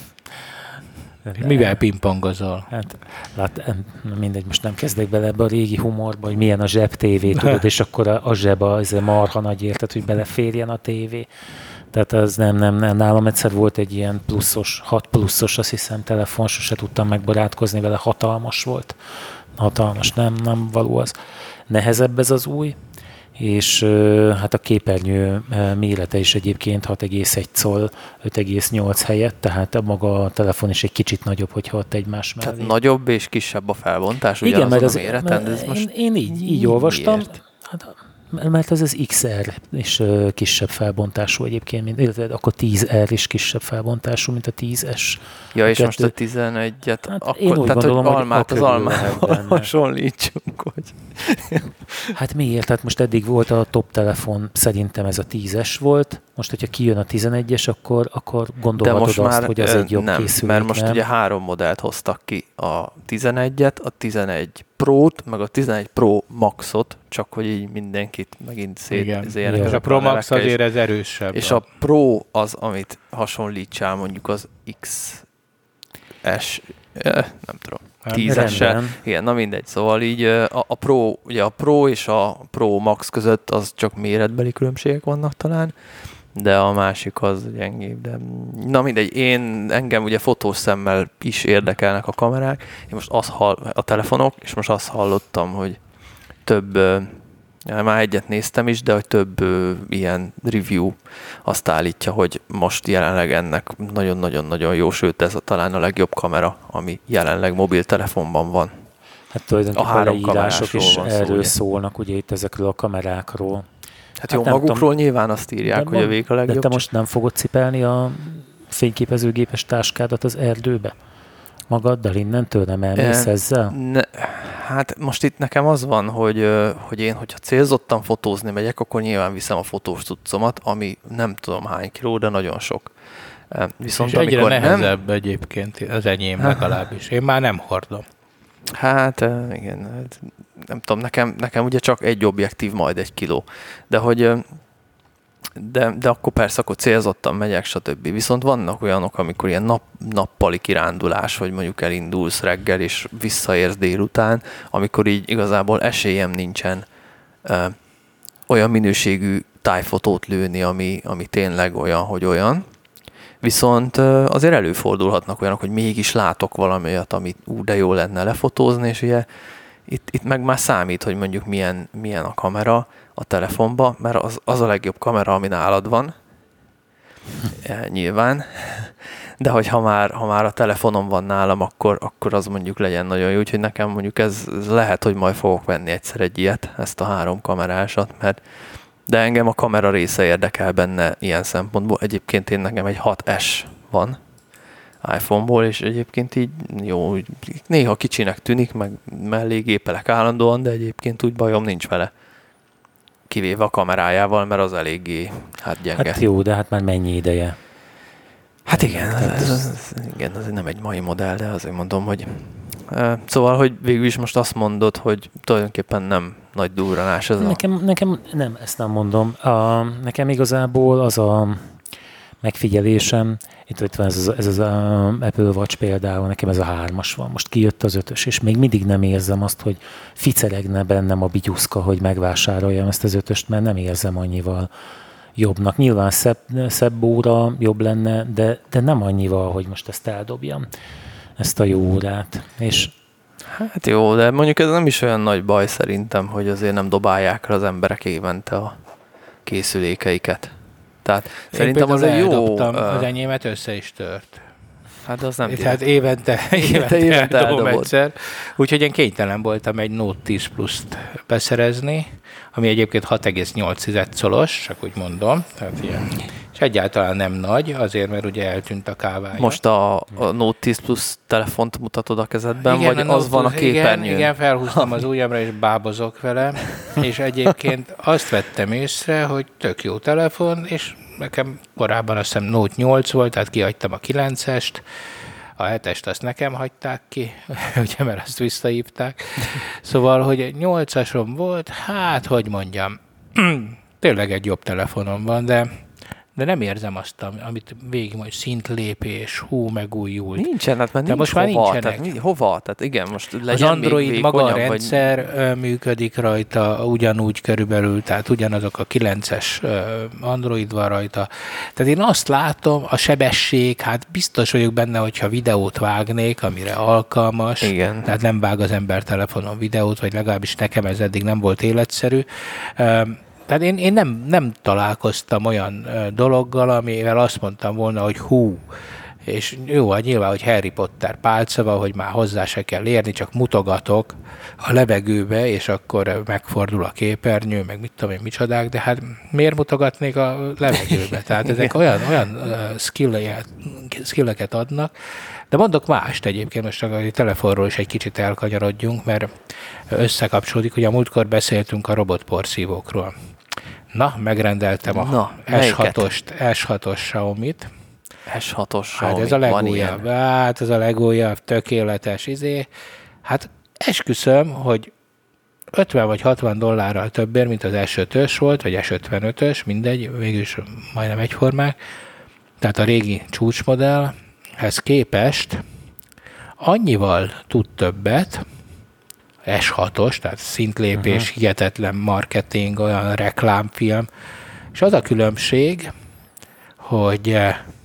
mivel pingpongozol? Hát, mindegy, most nem kezdek bele ebbe a régi humorba, hogy milyen a zseb tévé, tudod, és akkor a zseb az marha nagy érted, hogy beleférjen a tévé. Tehát az nem. Nálam egyszer volt egy ilyen pluszos, 6 pluszos, azt hiszem, telefon, sose tudtam megbarátkozni vele, hatalmas volt. Hatalmas, nem való az. Nehezebb ez az új, és hát a képernyő mérete is egyébként 6,1 coll, 5,8 helyett, tehát a maga a telefon is egy kicsit nagyobb, hogyha ott egymás mellé. Tehát nagyobb és kisebb a felbontás, igen, mert az a méreten, de ez most én így olvastam. Hát, mert az XR is kisebb felbontású egyébként, illetve akkor 10R is kisebb felbontású, mint a 10S. Ja, és most a 11-et, hát akkor, én úgy tehát gondolom, hogy almát az almával hasonlítsunk. Hogy... Hát miért? Tehát most eddig volt a top telefon, szerintem ez a 10S volt, most hogyha kijön a 11-es, akkor gondolhatod azt, hogy az egy jobb nem, készülék. Mert most ugye 3 modellt hoztak ki, a 11-et, a 11 Pro-t, meg a 11 Pro Max-ot, csak hogy így mindenkit megint szétzéljenek. És a Pro Max azért ez erősebb. És a Pro az, amit hasonlítsál mondjuk az XS, nem tudom, 10-essel. Igen, na mindegy. Szóval így a Pro, ugye a Pro és a Pro Max között az csak méretbeli különbségek vannak talán, de a másik az gyengébb. De na mindegy, engem ugye fotós szemmel is érdekelnek a kamerák, én most a telefonok, és most azt hallottam, hogy több, már egyet néztem is, de hogy több ilyen review azt állítja, hogy most jelenleg ennek nagyon-nagyon-nagyon jó, sőt ez talán a legjobb kamera, ami jelenleg mobiltelefonban van. Hát tulajdonképpen a leírások is erről szólnak, ugye itt ezekről a kamerákról. Hát jó, magukról nyilván azt írják, hogy a vég a legjobb. De te most nem fogod cipelni a fényképezőgépes táskádat az erdőbe? Magaddal innentől nem elmész ezzel? Hát most itt nekem az van, hogy én, hogyha célzottan fotózni megyek, akkor nyilván viszem a fotós cuccomat, ami nem tudom hány kiló, de nagyon sok. Viszont és egyre nehezebb egyébként az enyém legalábbis. Én már nem hordom. Hát igen, nem tudom, nekem ugye csak egy objektív, majd 1 kiló. De hogy de akkor persze, akkor célzottan megyek, stb. Viszont vannak olyanok, amikor ilyen nappali kirándulás, hogy mondjuk elindulsz reggel, és visszaérsz délután, amikor így igazából esélyem nincsen olyan minőségű tájfotót lőni, ami tényleg olyan, hogy olyan. Viszont azért előfordulhatnak olyanok, hogy mégis látok valami olyat, amit de jó lenne lefotózni, és ugye itt meg már számít, hogy mondjuk milyen a kamera a telefonban, mert az a legjobb kamera, ami nálad van, nyilván, de hogy ha már a telefonom van nálam, akkor az mondjuk legyen nagyon jó, úgyhogy nekem mondjuk ez lehet, hogy majd fogok venni egyszer egy ilyet, ezt a 3 kamerásat, de engem a kamera része érdekel benne ilyen szempontból. Egyébként nekem egy 6S van iPhone-ból, és egyébként így jó, néha kicsinek tűnik, meg mellé gépelek állandóan, de egyébként úgy bajom nincs vele. Kivéve a kamerájával, mert az eléggé gyenge. Hát jó, de hát már mennyi ideje? Hát igen, igen, ez nem egy mai modell, de azért mondom, hogy szóval, hogy végül is most azt mondod, hogy tulajdonképpen nem nagy durranás ez nekem nem, ezt nem mondom. Nekem igazából az a megfigyelésem, itt van ez az Apple Watch például, nekem ez a 3-as van. Most kijött az 5-ös, és még mindig nem érzem azt, hogy ficeregne bennem a bigyuszka, hogy megvásároljam ezt az 5-öst, mert nem érzem annyival jobbnak. Nyilván szebb óra jobb lenne, de nem annyival, hogy most ezt eldobjam, ezt a jó órát. És hát jó, de mondjuk ez nem is olyan nagy baj szerintem, hogy azért nem dobálják az emberek évente a készülékeiket. Tehát én szerintem az egy jó... az enyémet össze is tört. Hát az nem... Tehát évente eldobom egyszer. Úgyhogy én kénytelen voltam egy Note 10 Plus-t beszerezni, ami egyébként 6,8 colos, csak úgy mondom. Tehát ilyen. És egyáltalán nem nagy, azért, mert ugye eltűnt a kávája. Most a Note 10 Plus telefont mutatod a kezedben, igen, vagy az van a képernyőn? Igen, felhúztam az ujjamra, és bábozok vele, és egyébként azt vettem észre, hogy tök jó telefon, és nekem korábban azt hiszem Note 8 volt, tehát kihagytam a 9-est, a 7-est azt nekem hagyták ki, ugye, mert azt visszahívták. Szóval, hogy 8-asom volt, hát, hogy mondjam, tényleg egy jobb telefonom van, de de nem érzem azt, amit végig majd szintlépés, megújult. Nincsen, hát mert most már nincsenek. Hova? Tehát igen, most legyen az Android még maga a rendszer működik rajta ugyanúgy körülbelül, tehát ugyanazok a 9-es Android van rajta. Tehát én azt látom, a sebesség, hát biztos vagyok benne, hogyha videót vágnék, amire alkalmas, igen. Tehát nem vág az ember telefonon videót, vagy legalábbis nekem ez eddig nem volt életszerű. Tehát én nem találkoztam olyan dologgal, amivel azt mondtam volna, hogy és jó, hát nyilván, hogy Harry Potter pálca van, hogy már hozzá se kell érni, csak mutogatok a levegőbe, és akkor megfordul a képernyő, meg mit tudom én, micsodák, de hát miért mutogatnék a levegőbe? Tehát ezek olyan skilleket adnak. De mondok mást egyébként, most a telefonról is egy kicsit elkanyarodjunk, mert összekapcsolódik, hogy a múltkor beszéltünk a robotporszívókról. Na, megrendeltem a S6-os Xiaomi-t. S6-os Hát ez a legújabb, ez a legújabb, tökéletes Hát esküszöm, hogy 50 vagy 60 dollárral többért, mint az S5-ös volt, vagy S55-ös, mindegy, végülis majdnem egyformák. Tehát a régi csúcsmodellhez képest annyival tud többet, S6-os, tehát szintlépés, hihetetlen marketing, olyan reklámfilm, és az a különbség, hogy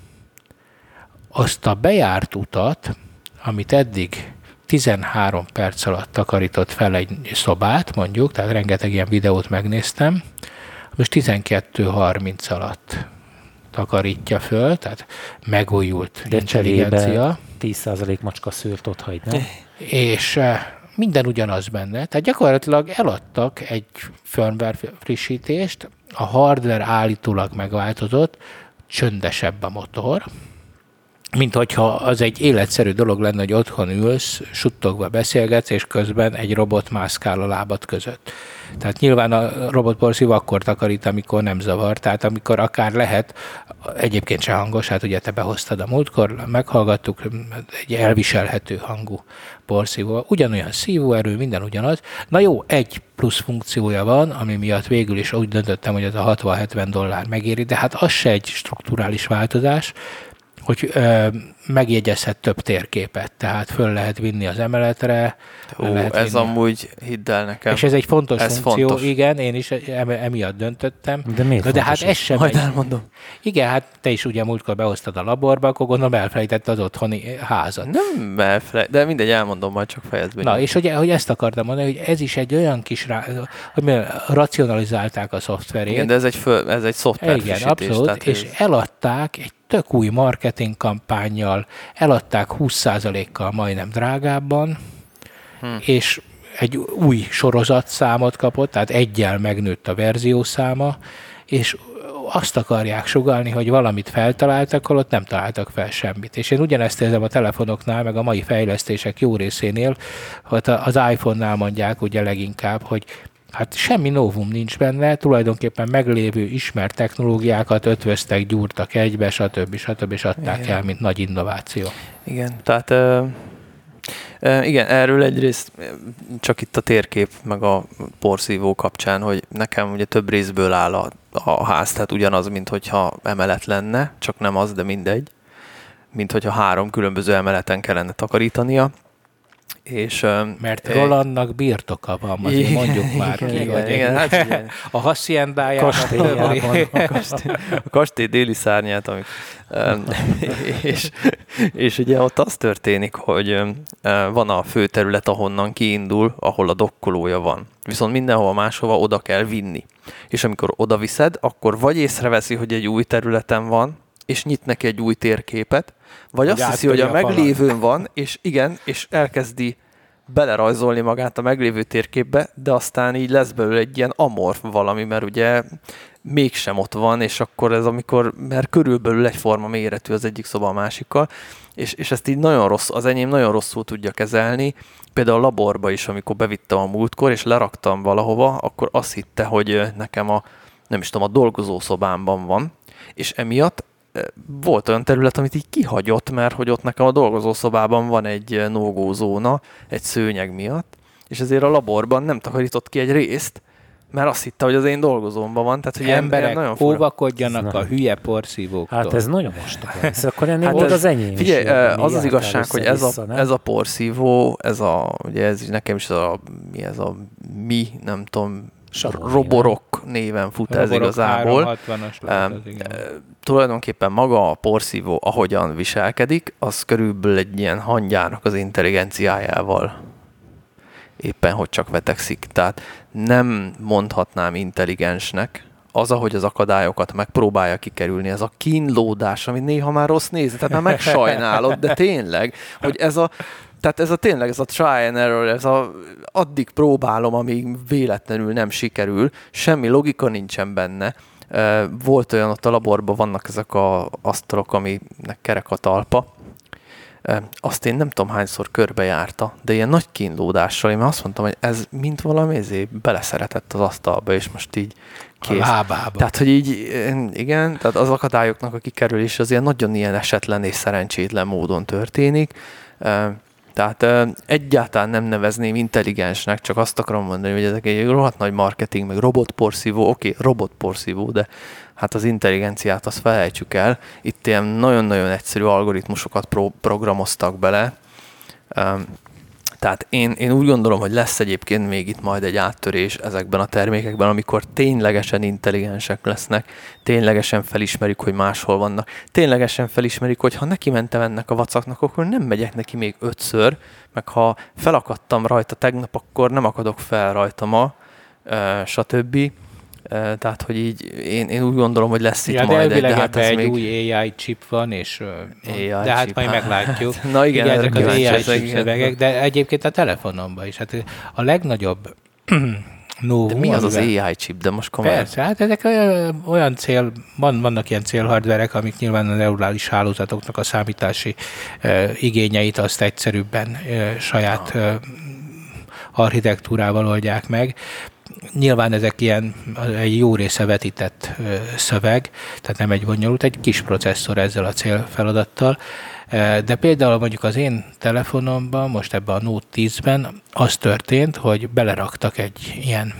azt a bejárt utat, amit eddig 13 perc alatt takarított fel egy szobát, mondjuk, tehát rengeteg ilyen videót megnéztem, most 12-30 alatt takarítja föl, tehát megújult intelligencia. 10% macska szőrt ott hagy, nem? És minden ugyanaz benne. Tehát gyakorlatilag eladtak egy firmware frissítést, a hardware állítólag megváltozott, csöndesebb a motor, mint hogyha az egy életszerű dolog lenne, hogy otthon ülsz, suttogva beszélgetsz, és közben egy robot mászkál a lábad között. Tehát nyilván a robotporszívó akkor takarít, amikor nem zavar, tehát amikor akár lehet, egyébként se hangos, hát ugye te behoztad a múltkor, meghallgattuk, egy elviselhető hangú porszívó, ugyanolyan szívóerő, minden ugyanaz. Na jó, egy plusz funkciója van, ami miatt végül is úgy döntöttem, hogy ez a 60-70 dollár megéri, de hát az se egy strukturális változás, hogy megjegyezhet több térképet, tehát föl lehet vinni az emeletre. Ez amúgy, hidd el nekem. És ez egy fontos funkció, fontos. Igen, én is emiatt döntöttem. De miért de hát ez sem majd elmondom. Igen, hát te is ugye múltkor behoztad a laborba, akkor gondolom elfelejtette az otthoni házat. Nem de mindegy, elmondom, majd csak fejezd be. Na, és ugye, hogy ezt akartam mondani, hogy ez is egy olyan kis, hogy racionalizálták a szoftverét. Igen, de ez egy szoftverfrissítés. Igen, abszolút, és eladták egy tök új marketing kampánnyal, eladták 20%-kal majdnem drágábban, és egy új sorozatszámot kapott, tehát eggyel megnőtt a verziószáma, és azt akarják sugallni, hogy valamit feltaláltak, holott nem találtak fel semmit. És én ugyanezt érzem a telefonoknál, meg a mai fejlesztések jó részénél, hogy az iPhone-nál mondják ugye leginkább, hogy hát semmi novum nincs benne, tulajdonképpen meglévő ismert technológiákat ötvöztek, gyúrtak egybe, stb. És adták el, mint nagy innováció. Igen, tehát igen, erről egyrészt csak itt a térkép, meg a porszívó kapcsán, hogy nekem ugye több részből áll a ház, tehát ugyanaz, mint hogyha emelet lenne, csak nem az, de mindegy, mint hogyha 3 különböző emeleten kellene takarítania. És, mert Rolandnak birtoka van, azért mondjuk már ki. Igen, hát igen. A haciendájában. A kastély déli szárnyát, és ugye ott az történik, hogy van a főterület, ahonnan kiindul, ahol a dokkolója van. Viszont mindenhol máshova oda kell vinni. És amikor oda viszed, akkor vagy észreveszi, hogy egy új területen van, és nyit neki egy új térképet, vagy azt hiszi, hogy a meglévőn van, és igen, és elkezdi belerajzolni magát a meglévő térképbe, de aztán így lesz belőle egy ilyen amorf valami, mert ugye mégsem ott van, és akkor ez mert körülbelül egyforma méretű az egyik szoba a másikkal, és ezt így nagyon rossz, az enyém nagyon rosszul tudja kezelni. Például a laborba is, amikor bevittem a múltkor, és leraktam valahova, akkor azt hitte, hogy nekem a dolgozószobámban van, és emiatt volt olyan terület, amit így kihagyott, mert hogy ott nekem a dolgozószobában van egy no-go zóna, egy szőnyeg miatt, és ezért a laborban nem takarított ki egy részt, mert azt hitte, hogy az én dolgozómban van. Tehát, hogy emberek nagyon óvakodjanak a hülye porszívóktól. Hát ez nagyon mostoba. Ez akkor ennél volt az enyém figyelj, is. Az igazság, hogy ez a porszívó, ugye ez nekem is nem tudom, Roborock néven fut ez igazából. Tulajdonképpen maga a porszívó, ahogyan viselkedik, az körülbelül egy ilyen hangyának az intelligenciájával éppen hogy csak vetekszik. Tehát nem mondhatnám intelligensnek, az, ahogy az akadályokat megpróbálja kikerülni, ez a kínlódás, amit néha már rossz nézni, tehát már megsajnálod, de tényleg, hogy ez a try and error, addig próbálom, amíg véletlenül nem sikerül, semmi logika nincsen benne. Volt olyan, ott a laborban vannak ezek az asztalok, aminek kerek a talpa, azt én nem tudom hányszor körbejárta, de ilyen nagy kínlódással, én azt mondtam, hogy ez mint valami beleszeretett az asztalba, és most így kész. A lábába. Tehát, hogy így, igen, tehát az akadályoknak a kikerülés az ilyen nagyon ilyen esetlen és szerencsétlen módon történik. Tehát egyáltalán nem nevezném intelligensnek, csak azt akarom mondani, hogy ezek egy rohadt nagy marketing, meg robotporszívó, oké, robotporszívó, de hát az intelligenciát azt felejtsük el. Itt ilyen nagyon-nagyon egyszerű algoritmusokat programoztak bele. Tehát én úgy gondolom, hogy lesz egyébként még itt majd egy áttörés ezekben a termékekben, amikor ténylegesen intelligensek lesznek, ténylegesen felismerik, hogy máshol vannak, ténylegesen felismerik, hogy ha neki mentem ennek a vacaknak, akkor nem megyek neki még 5-ször, meg ha felakadtam rajta tegnap, akkor nem akadok fel rajta ma, stb. Tehát, hogy így én úgy gondolom, hogy lesz itt majd de hát ez egy még... új AI chip van, és de hát majd meglátjuk. Na igen, ezek az AI chip szövegek, de egyébként a telefonomban is. Hát a legnagyobb de mi az AI chip? De most komolyan. Persze, hát ezek olyan vannak ilyen célhardverek, amik nyilván a neurális hálózatoknak a számítási igényeit azt egyszerűbben saját architektúrával oldják meg. Nyilván ezek ilyen egy jó része vetített szöveg, tehát nem egy bonyolult, egy kis processzor ezzel a célfeladattal, de például mondjuk az én telefonomban, most ebben a Note 10-ben az történt, hogy beleraktak egy ilyen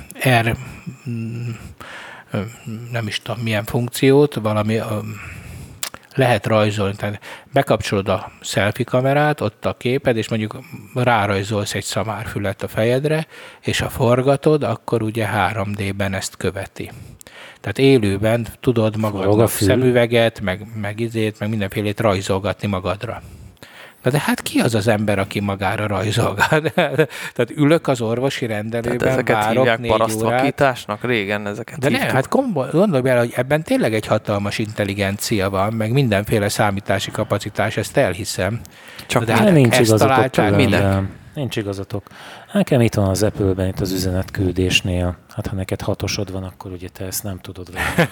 nem is tudom milyen funkciót, valami lehet rajzolni, tehát bekapcsolod a selfie kamerát, ott a képed, és mondjuk rárajzolsz egy szamárfület a fejedre, és ha forgatod, akkor ugye 3D-ben ezt követi. Tehát élőben tudod magadnak szemüveget, meg mindenfélét rajzolgatni magadra. Na de hát ki az az ember, aki magára rajzolgat? Tehát ülök az orvosi rendelőben, várok 4 órát. Parasztvakításnak? Régen ezeket de hívtuk. ne, hát gondolj bele, hogy ebben tényleg egy hatalmas intelligencia van, meg mindenféle számítási kapacitás, ezt elhiszem. Csak de hát nincs igazatok tőlem. Nincs igazatok. Nekem itt van az Apple-ben, itt az üzenetküldésnél. Hát ha neked 6-osod van, akkor ugye te ezt nem tudod venni.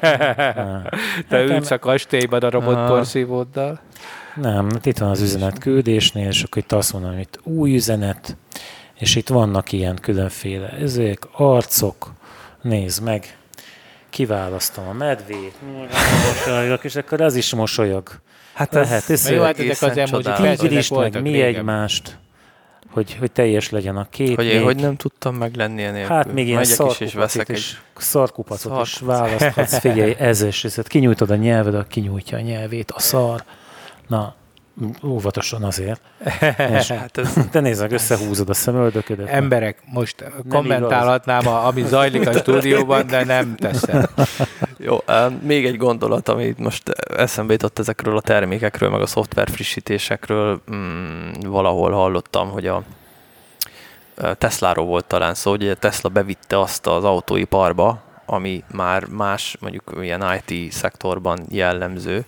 Te ülsz a kastélyban a robotporszívóddal? Nem, itt van az üzenetküldésnél, és akkor itt azt mondom, hogy itt új üzenet, és itt vannak ilyen különféle ezek, arcok, nézd meg, kiválasztom a medvét, mosolyog, és akkor az is mosolyog. Hát ez jó, hát ezek az emoji, tigris, meg mi egymást, hogy teljes legyen a kép. Hogy nem tudtam meglenni enélkül. Hát még ilyen szarkupacot is választhatsz. Figyelj, ez kinyújtod a nyelved, kinyújtja a nyelvét, a szar. Na, óvatosan azért. Hát te nézd meg, összehúzod a szemöldöködet. Emberek, most kommentálhatnám, ami zajlik a stúdióban, de nem teszem. Jó, még egy gondolat, amit most eszembe jutott ezekről a termékekről, meg a szoftver frissítésekről. Valahol hallottam, hogy a Tesláról volt talán szó, hogy a Tesla bevitte azt az autóiparba, ami már más, mondjuk ilyen IT szektorban jellemző,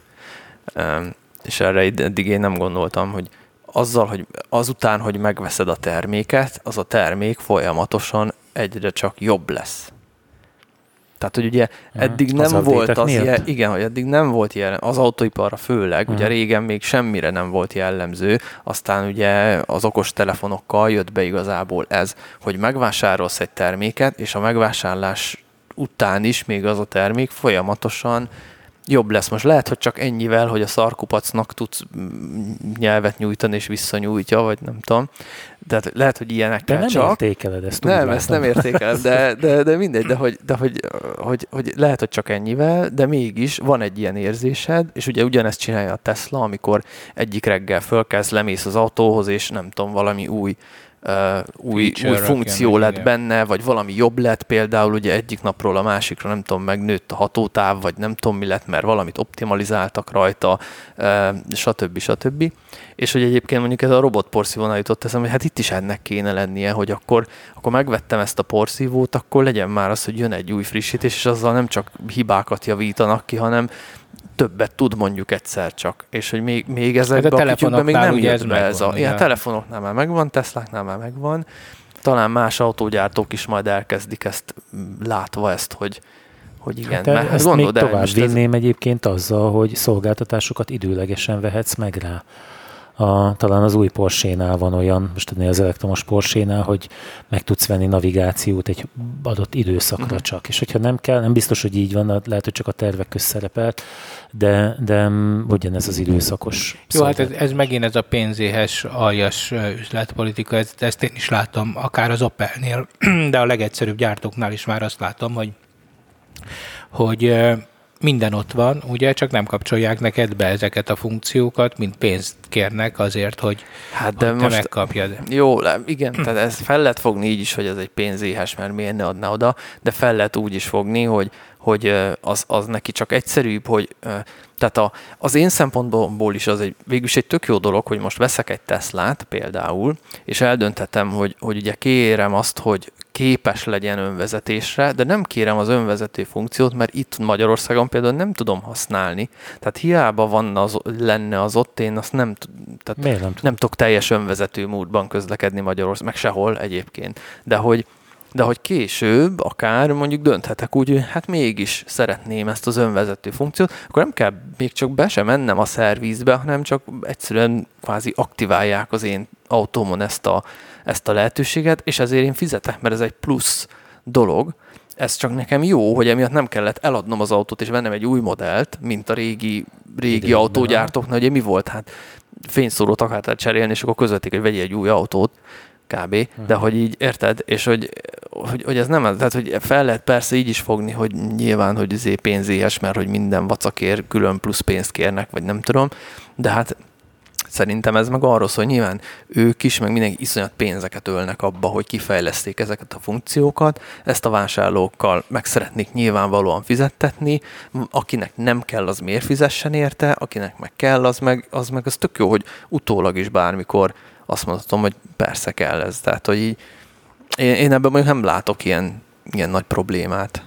és erre eddig én nem gondoltam, hogy azzal, hogy azután, hogy megveszed a terméket, az a termék folyamatosan egyre csak jobb lesz. Tehát, hogy ugye eddig nem volt az ilyen, igen, hogy eddig nem volt ilyen, az autóiparra főleg, ugye régen még semmire nem volt jellemző, aztán ugye az okostelefonokkal jött be igazából ez, hogy megvásárolsz egy terméket, és a megvásárlás után is még az a termék folyamatosan jobb lesz. Most lehet, hogy csak ennyivel, hogy a szarkupacnak tudsz nyelvet nyújtani, és visszanyújtja, vagy nem tudom. De lehet, hogy ilyenekkel nem csak. Értékeled ezt. Nem, ezt nem értékelem, de mindegy, de hogy lehet, hogy csak ennyivel, de mégis van egy ilyen érzésed, és ugye ugyanezt csinálja a Tesla, amikor egyik reggel fölkelsz, lemész az autóhoz, és nem tudom, valami új funkció lett benne, vagy valami jobb lett, például ugye egyik napról a másikra, nem tudom, megnőtt a hatótáv, vagy nem tudom mi lett, mert valamit optimalizáltak rajta, stb. És hogy egyébként mondjuk ez a robotporszívónál jutott eszembe, hogy hát itt is ennek kéne lennie, hogy akkor megvettem ezt a porszívót, akkor legyen már az, hogy jön egy új frissítés, és azzal nem csak hibákat javítanak ki, hanem többet tud mondjuk egyszer csak. És hogy még ezekben a kütyükben még nem jött be ez a... Ja, telefonoknál már megvan, Tesláknál már megvan. Talán más autógyártók is majd elkezdik ezt, látva ezt, hogy igen. Hát ezt még tovább vinném egyébként azzal, hogy szolgáltatásokat időlegesen vehetsz meg rá. Talán az új Porsche-nál van olyan, most tudni az elektromos Porsche-nál, hogy meg tudsz venni navigációt egy adott időszakra csak. És hogyha nem kell, nem biztos, hogy így van, lehet, hogy csak a tervek közt szerepelt, de ugyanez az időszakos. Jó, hát ez megint ez a pénzéhes, aljas üzletpolitika, ezt én is látom, akár az Opelnél, de a legegyszerűbb gyártóknál is már azt látom, hogy minden ott van, ugye, csak nem kapcsolják neked be ezeket a funkciókat, mint pénzt kérnek azért, hogy te megkapjad. Jó, igen, tehát ez fel lehet fogni így is, hogy ez egy pénzéhes, mert miért ne adná oda, de fel lehet úgy is fogni, hogy az neki csak egyszerűbb, hogy tehát az én szempontból is az végülis egy tök jó dolog, hogy most veszek egy Teslát például, és eldönthetem, hogy ugye kérem azt, hogy képes legyen önvezetésre, de nem kérem az önvezető funkciót, mert itt Magyarországon például nem tudom használni. Tehát hiába lenne az ott, én azt nem tudok teljes önvezető módban közlekedni Magyarországon, meg sehol egyébként. De hogy később akár mondjuk dönthetek úgy, hogy hát mégis szeretném ezt az önvezető funkciót, akkor nem kell még csak be sem mennem a szervizbe, hanem csak egyszerűen kvázi aktiválják az én autómon ezt a lehetőséget, és ezért én fizetek, mert ez egy plusz dolog. Ez csak nekem jó, hogy emiatt nem kellett eladnom az autót, és vennem egy új modellt, mint a régi autógyártóknál. Ugye mi volt? Hát fényszórót akartál cserélni, és akkor közölték, hogy vegyél egy új autót, kb. De hogy így, érted? És hogy ez nem, tehát hogy fel lehet persze így is fogni, hogy nyilván, hogy pénzéhes, mert hogy minden vacakért külön plusz pénzt kérnek, vagy nem tudom, de hát szerintem ez meg arról szól, hogy nyilván ők is, meg mindenki iszonyat pénzeket ölnek abba, hogy kifejleszték ezeket a funkciókat, ezt a vásárlókkal meg szeretnék nyilvánvalóan fizettetni, akinek nem kell, az miért fizessen érte, akinek meg kell, az tök jó, hogy utólag is bármikor azt mondhatom, hogy persze kell ez. Tehát, hogy így, én ebben mondjuk nem látok ilyen nagy problémát.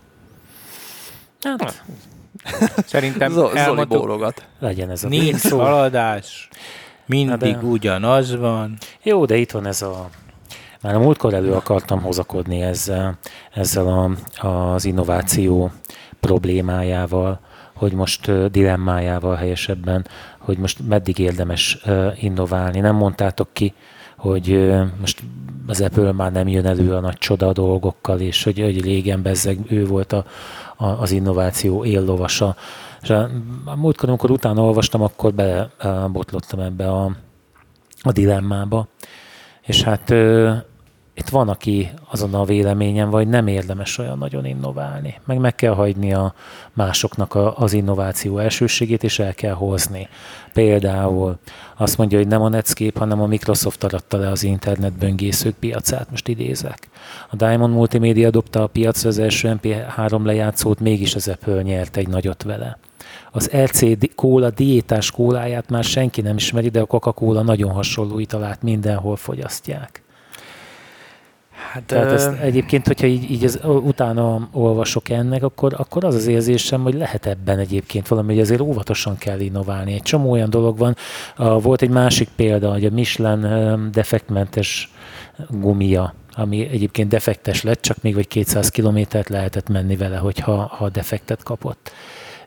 Hát. Szerintem Zoli bólogat. Legyen ez a nincs haladás, mindig ugyanaz van. Jó, de itt van ez már a múltkor elő akartam hozakodni ezzel az innováció problémájával, hogy most dilemmájával helyesebben, hogy most meddig érdemes innoválni. Nem mondtátok ki, hogy most az Apple már nem jön elő a nagy csoda dolgokkal, és hogy régen bezzeg ő volt az innováció éllovasa. És a múltkor, amikor utána olvastam, akkor belebotlottam ebbe a dilemmába. És hát itt van, aki azon a véleményen, vagy nem érdemes olyan nagyon innoválni. Meg kell hagyni a másoknak az innováció elsőségét, és el kell hozni. Például azt mondja, hogy nem a Netscape, hanem a Microsoft aratta le az internetböngészők piacát, most idézek. A Diamond Multimedia dobta a piacra az első MP3 lejátszót, mégis az Apple nyert egy nagyot vele. Az LC Cola diétás kóláját már senki nem ismeri, de a Coca-Cola nagyon hasonló italát mindenhol fogyasztják. Hát, tehát ezt egyébként, hogyha így utána olvasok ennek, akkor az érzésem, hogy lehet ebben egyébként valami, hogy azért óvatosan kell innoválni. Egy csomó olyan dolog van. Volt egy másik példa, hogy a Michelin defektmentes gumia, ami egyébként defektes lett, csak még vagy 200 kilométert lehetett menni vele, hogyha defektet kapott.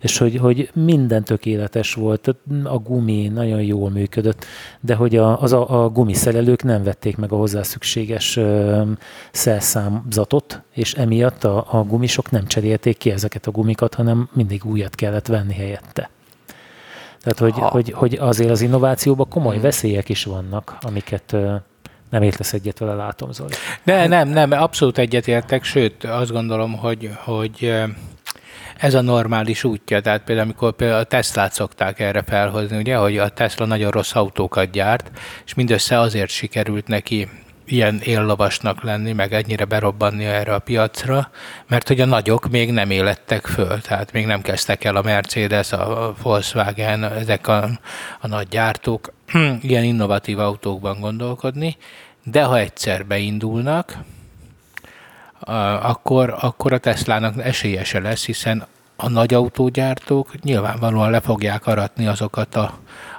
és hogy minden tökéletes volt, a gumi nagyon jól működött, de hogy a gumiszerelők nem vették meg a hozzá szükséges szerszámzatot, és emiatt a gumisok nem cserélték ki ezeket a gumikat, hanem mindig újat kellett venni helyette. Tehát, hogy azért az innovációban komoly veszélyek is vannak, amiket nem értesz egyet vele, látom, Zoli. De nem, abszolút egyetértek, sőt, azt gondolom, hogy ez a normális útja. Tehát például a Teslát szokták erre felhozni, ugye, hogy a Tesla nagyon rossz autókat gyárt, és mindössze azért sikerült neki ilyen éllovasnak lenni, meg ennyire berobbanni erre a piacra, mert hogy a nagyok még nem élettek föl, tehát még nem kezdtek el a Mercedes, a Volkswagen, ezek a nagy gyártók ilyen innovatív autókban gondolkodni, de ha egyszer beindulnak, akkor a Teslának esélye lesz, hiszen a nagy autógyártók nyilvánvalóan le fogják aratni azokat a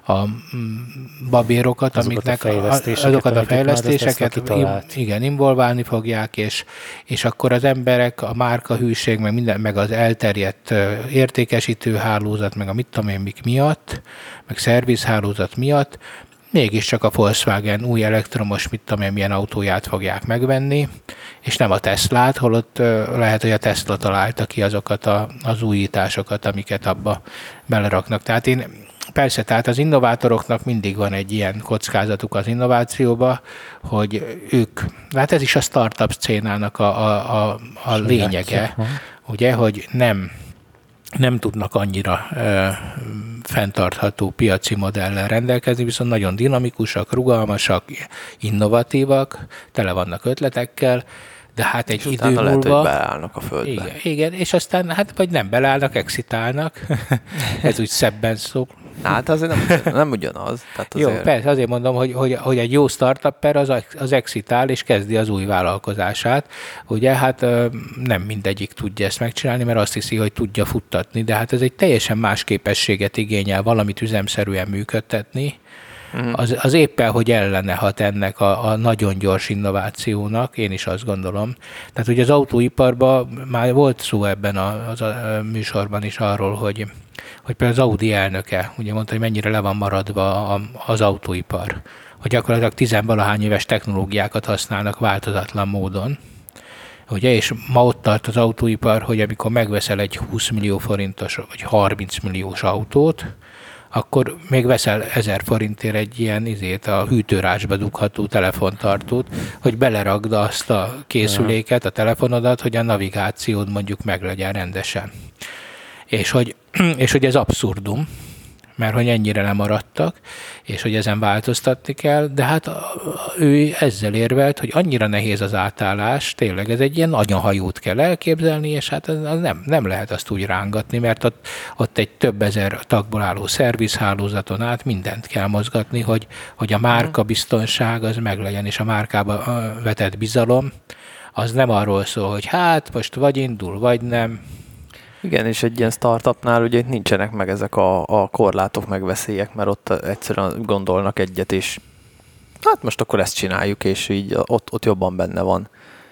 babérokat, azokat a fejlesztéseket igen, involválni fogják, és akkor az emberek, a márkahűség, meg az elterjedt értékesítő hálózat, meg a mit tudom én mik miatt, meg szervizhálózat miatt mégiscsak a Volkswagen új elektromos, mit tudom én, milyen autóját fogják megvenni, és nem a Teslát, holott lehet, hogy a Tesla találta ki azokat az újításokat, amiket abba beleraknak. Tehát az innovátoroknak mindig van egy ilyen kockázatuk az innovációba, hogy ők, hát ez is a startup szcénának a lényege, ugye, hogy nem tudnak annyira fenntartható piaci modellel rendelkezni, viszont nagyon dinamikusak, rugalmasak, innovatívak, tele vannak ötletekkel, de hát egy idő múlva... lehet, hogy beállnak a földbe. Igen, és aztán, hát vagy nem beleállnak, exitálnak, ez úgy szebben szó. Hát azért nem ugyanaz. Tehát azért... Jó, persze, azért mondom, hogy egy jó startupper az exitál és kezdi az új vállalkozását. Ugye, hát nem mindegyik tudja ezt megcsinálni, mert azt hiszi, hogy tudja futtatni, de hát ez egy teljesen más képességet igényel valamit üzemszerűen működtetni. Az éppen, hogy ellene hat ennek a nagyon gyors innovációnak, én is azt gondolom. Tehát ugye az autóiparban már volt szó ebben a műsorban is arról, hogy például az Audi elnöke ugye mondta, hogy mennyire le van maradva az autóipar, hogy gyakorlatilag 10-valahány éves technológiákat használnak változatlan módon. Ugye, és ma ott tart az autóipar, hogy amikor megveszel egy 20 millió forintos vagy 30 milliós autót, akkor még veszel 1000 forintért egy ilyen a hűtőrácsba dugható telefontartót, hogy belerakd azt a készüléket, a telefonodat, hogy a navigációd mondjuk meglegyen rendesen. És hogy ez abszurdum, mert hogy ennyire lemaradtak, és hogy ezen változtatni kell, de hát ő ezzel érvelt, hogy annyira nehéz az átállás, tényleg ez egy ilyen anyahajót kell elképzelni, és hát nem lehet azt úgy rángatni, mert ott egy több ezer tagból álló szervizhálózaton át mindent kell mozgatni, hogy a márkabiztonság az meglegyen, és a márkába vetett bizalom, az nem arról szól, hogy hát most vagy indul, vagy nem. Igen, és egy ilyen startupnál ugye nincsenek meg ezek a korlátok, meg veszélyek, mert ott egyszerűen gondolnak egyet, és hát most akkor ezt csináljuk, és így ott jobban benne van.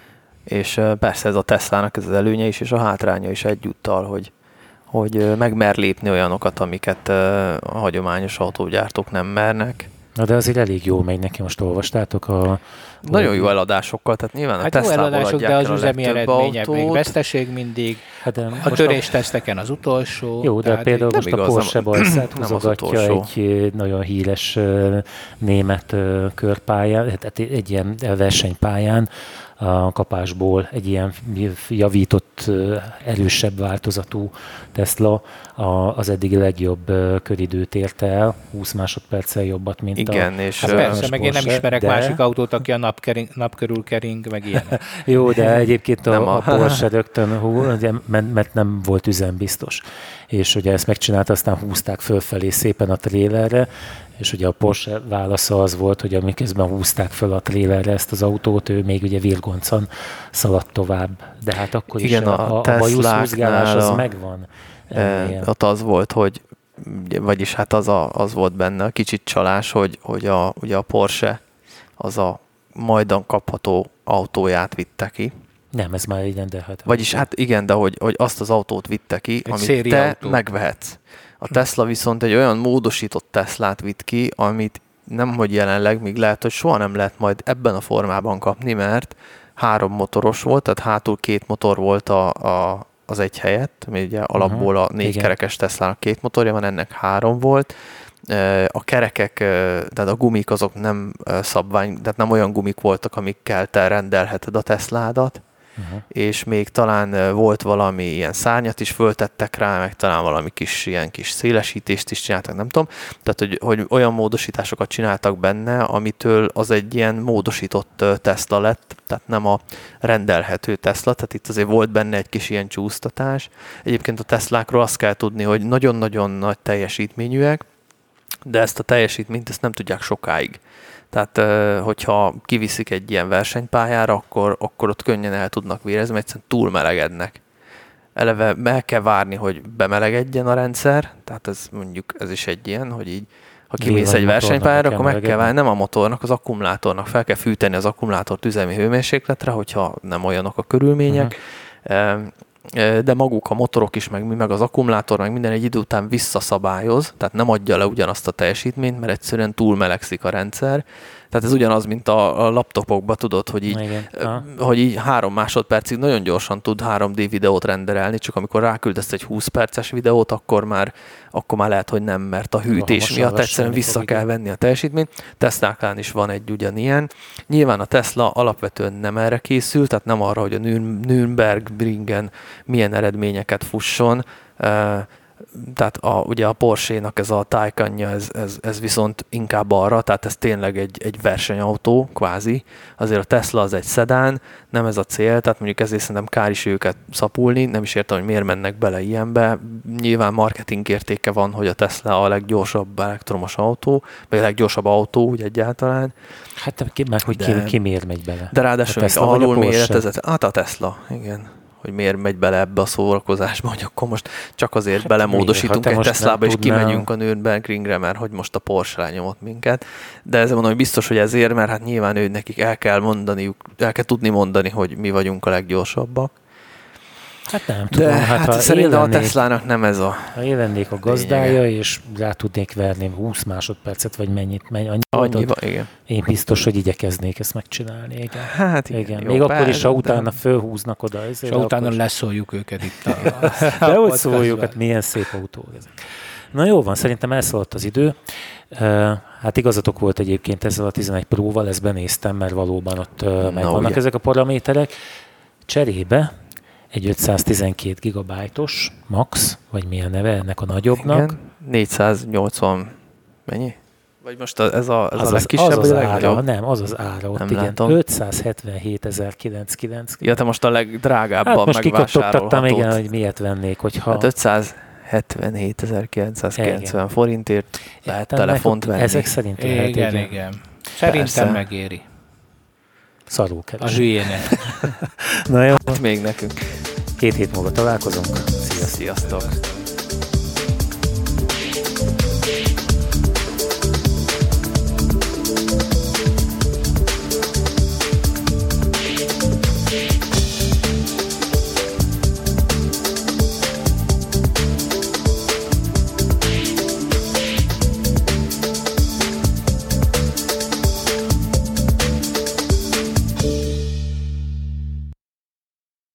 És persze ez a Teslának ez az előnye is, és a hátránya is egyúttal, hogy megmer lépni olyanokat, amiket a hagyományos autógyártók nem mernek. Na de azért elég jó megy neki, most olvastátok Nagyon jó eladásokkal, tehát nyilván a Teslából adják de az üzemi eredmények még veszteség mindig, hát a törésteszteken az utolsó. Jó, de például most a Porsche Bajszát húzogatja egy nagyon híres német körpályán, tehát egy ilyen versenypályán, a kapásból egy ilyen javított, erősebb változatú Tesla az eddig legjobb köridőt érte el, 20 másodperccel jobbat, mint igen, a... és persze, meg én nem ismerek másik autót, aki a nap körül kering, meg ilyen. Jó, de egyébként a Porsche rögtön, mert nem volt üzembiztos. És ugye ezt megcsinálta, aztán húzták fölfelé szépen a trélerre, és ugye a Porsche válasza az volt, hogy amiközben húzták föl a trélerre ezt az autót, ő még ugye virgoncan szaladt tovább. De hát akkor igen, is a bajuszhúzgálás az megvan. Ott az volt, hogy vagyis hát az volt benne a kicsit csalás, hogy ugye a Porsche az a majdan kapható autóját vitte ki, Nem, ez már így rendelhető. Vagyis hát igen, de hogy azt az autót vitte ki, amit te autó megvehetsz. A Tesla viszont egy olyan módosított Teslát vitt ki, amit nem, hogy jelenleg, még lehet, hogy soha nem lehet majd ebben a formában kapni, mert 3 motoros volt, tehát hátul 2 motor volt az egy helyett, ami ugye alapból a 4 kerekes Teslának 2 motorja van, ennek 3 volt. A kerekek, tehát a gumik azok nem szabvány, tehát nem olyan gumik voltak, amikkel te rendelheted a Tesládat, és még talán volt valami ilyen szárnyat is föltettek rá, meg talán valami ilyen kis szélesítést is csináltak, nem tudom. Tehát, hogy olyan módosításokat csináltak benne, amitől az egy ilyen módosított Tesla lett, tehát nem a rendelhető Tesla, tehát itt azért volt benne egy kis ilyen csúsztatás. Egyébként a Teslákról azt kell tudni, hogy nagyon-nagyon nagy teljesítményűek, de ezt a teljesítményt ezt nem tudják sokáig. Tehát, hogyha kiviszik egy ilyen versenypályára, akkor ott könnyen el tudnak vérezni, mert egyszerűen túlmelegednek. Eleve meg kell várni, hogy bemelegedjen a rendszer, tehát ez is egy ilyen, hogy így, ha kimész egy versenypályára, akkor meg kell várni, nem a motornak, az akkumulátornak. Fel kell fűteni az akkumulátort üzemi hőmérsékletre, hogyha nem olyanok a körülmények. De maguk a motorok is, meg az akkumulátor, meg minden egy idő után visszaszabályoz, tehát nem adja le ugyanazt a teljesítményt, mert egyszerűen túlmelegszik a rendszer. Tehát ez ugyanaz, mint a laptopokban, tudod, hogy így 3 másodpercig nagyon gyorsan tud 3D videót renderelni, csak amikor ráküldesz egy 20 perces videót, akkor már lehet, hogy nem, mert a hűtés miatt egyszerűen vissza kell venni a teljesítményt. Tesláknál is van egy ugyanilyen. Nyilván a Tesla alapvetően nem erre készült, tehát nem arra, hogy a Nürnbergringen milyen eredményeket fusson. Tehát ugye a Porsche-nak ez a Taycanja, ez viszont inkább arra, tehát ez tényleg egy versenyautó, kvázi. Azért a Tesla az egy szedán, nem ez a cél, tehát mondjuk ezért szerintem kár is őket szapulni, nem is értem, hogy miért mennek bele ilyenbe. Nyilván marketing értéke van, hogy a Tesla a leggyorsabb elektromos autó, vagy a leggyorsabb autó úgy egyáltalán. Hát hogy ki miért megy bele? De ráadásul alul méretezett. A Tesla, igen. Hogy miért megy bele ebbe a szórakozásba, hogy akkor most csak azért belemódosítunk egy Teslába, és kimegyünk a Nürnbergringre, mert hogy most a Porsche rányomott minket. De ezzel mondom, hogy biztos, hogy ezért, mert hát nyilván nekik el kell tudni mondani, hogy mi vagyunk a leggyorsabbak. Hát nem tudom. De hát szerintem a Teslának nem ez a... Ha én lennék a gazdája, és rá tudnék verni 20 másodpercet, vagy annyiba, igen. Én biztos, hogy igyekeznék ezt megcsinálni. Igen. Hát igen. Még akkor is, ha utána fölhúznak oda. És utána leszóljuk őket itt de hogy szóljuk, hát milyen szép autó ezek. Na jó van, szerintem elszaladt az idő. Hát igazatok volt egyébként ezzel a 11 Pro-val, ezt benéztem, mert valóban ott megvannak ezek a paraméterek. Cserébe egy 512 gigabájtos max, vagy milyen neve ennek a nagyobbnak. Igen, 480, mennyi? Vagy most ez a legkisebb, az ára, nem, az az ára ott, igen. 577.990. Ja, te most a legdrágábban hát most megvásárolhatót. Igen, hogy miért vennék, hogyha... Hát 577.990 forintért lehet telefont venni. Ezek szerint lehet, igen. Szerintem megéri. Szarul keres. A hülyének. Na jó. Még nekünk. 2 hét múlva találkozunk. Sziasztok.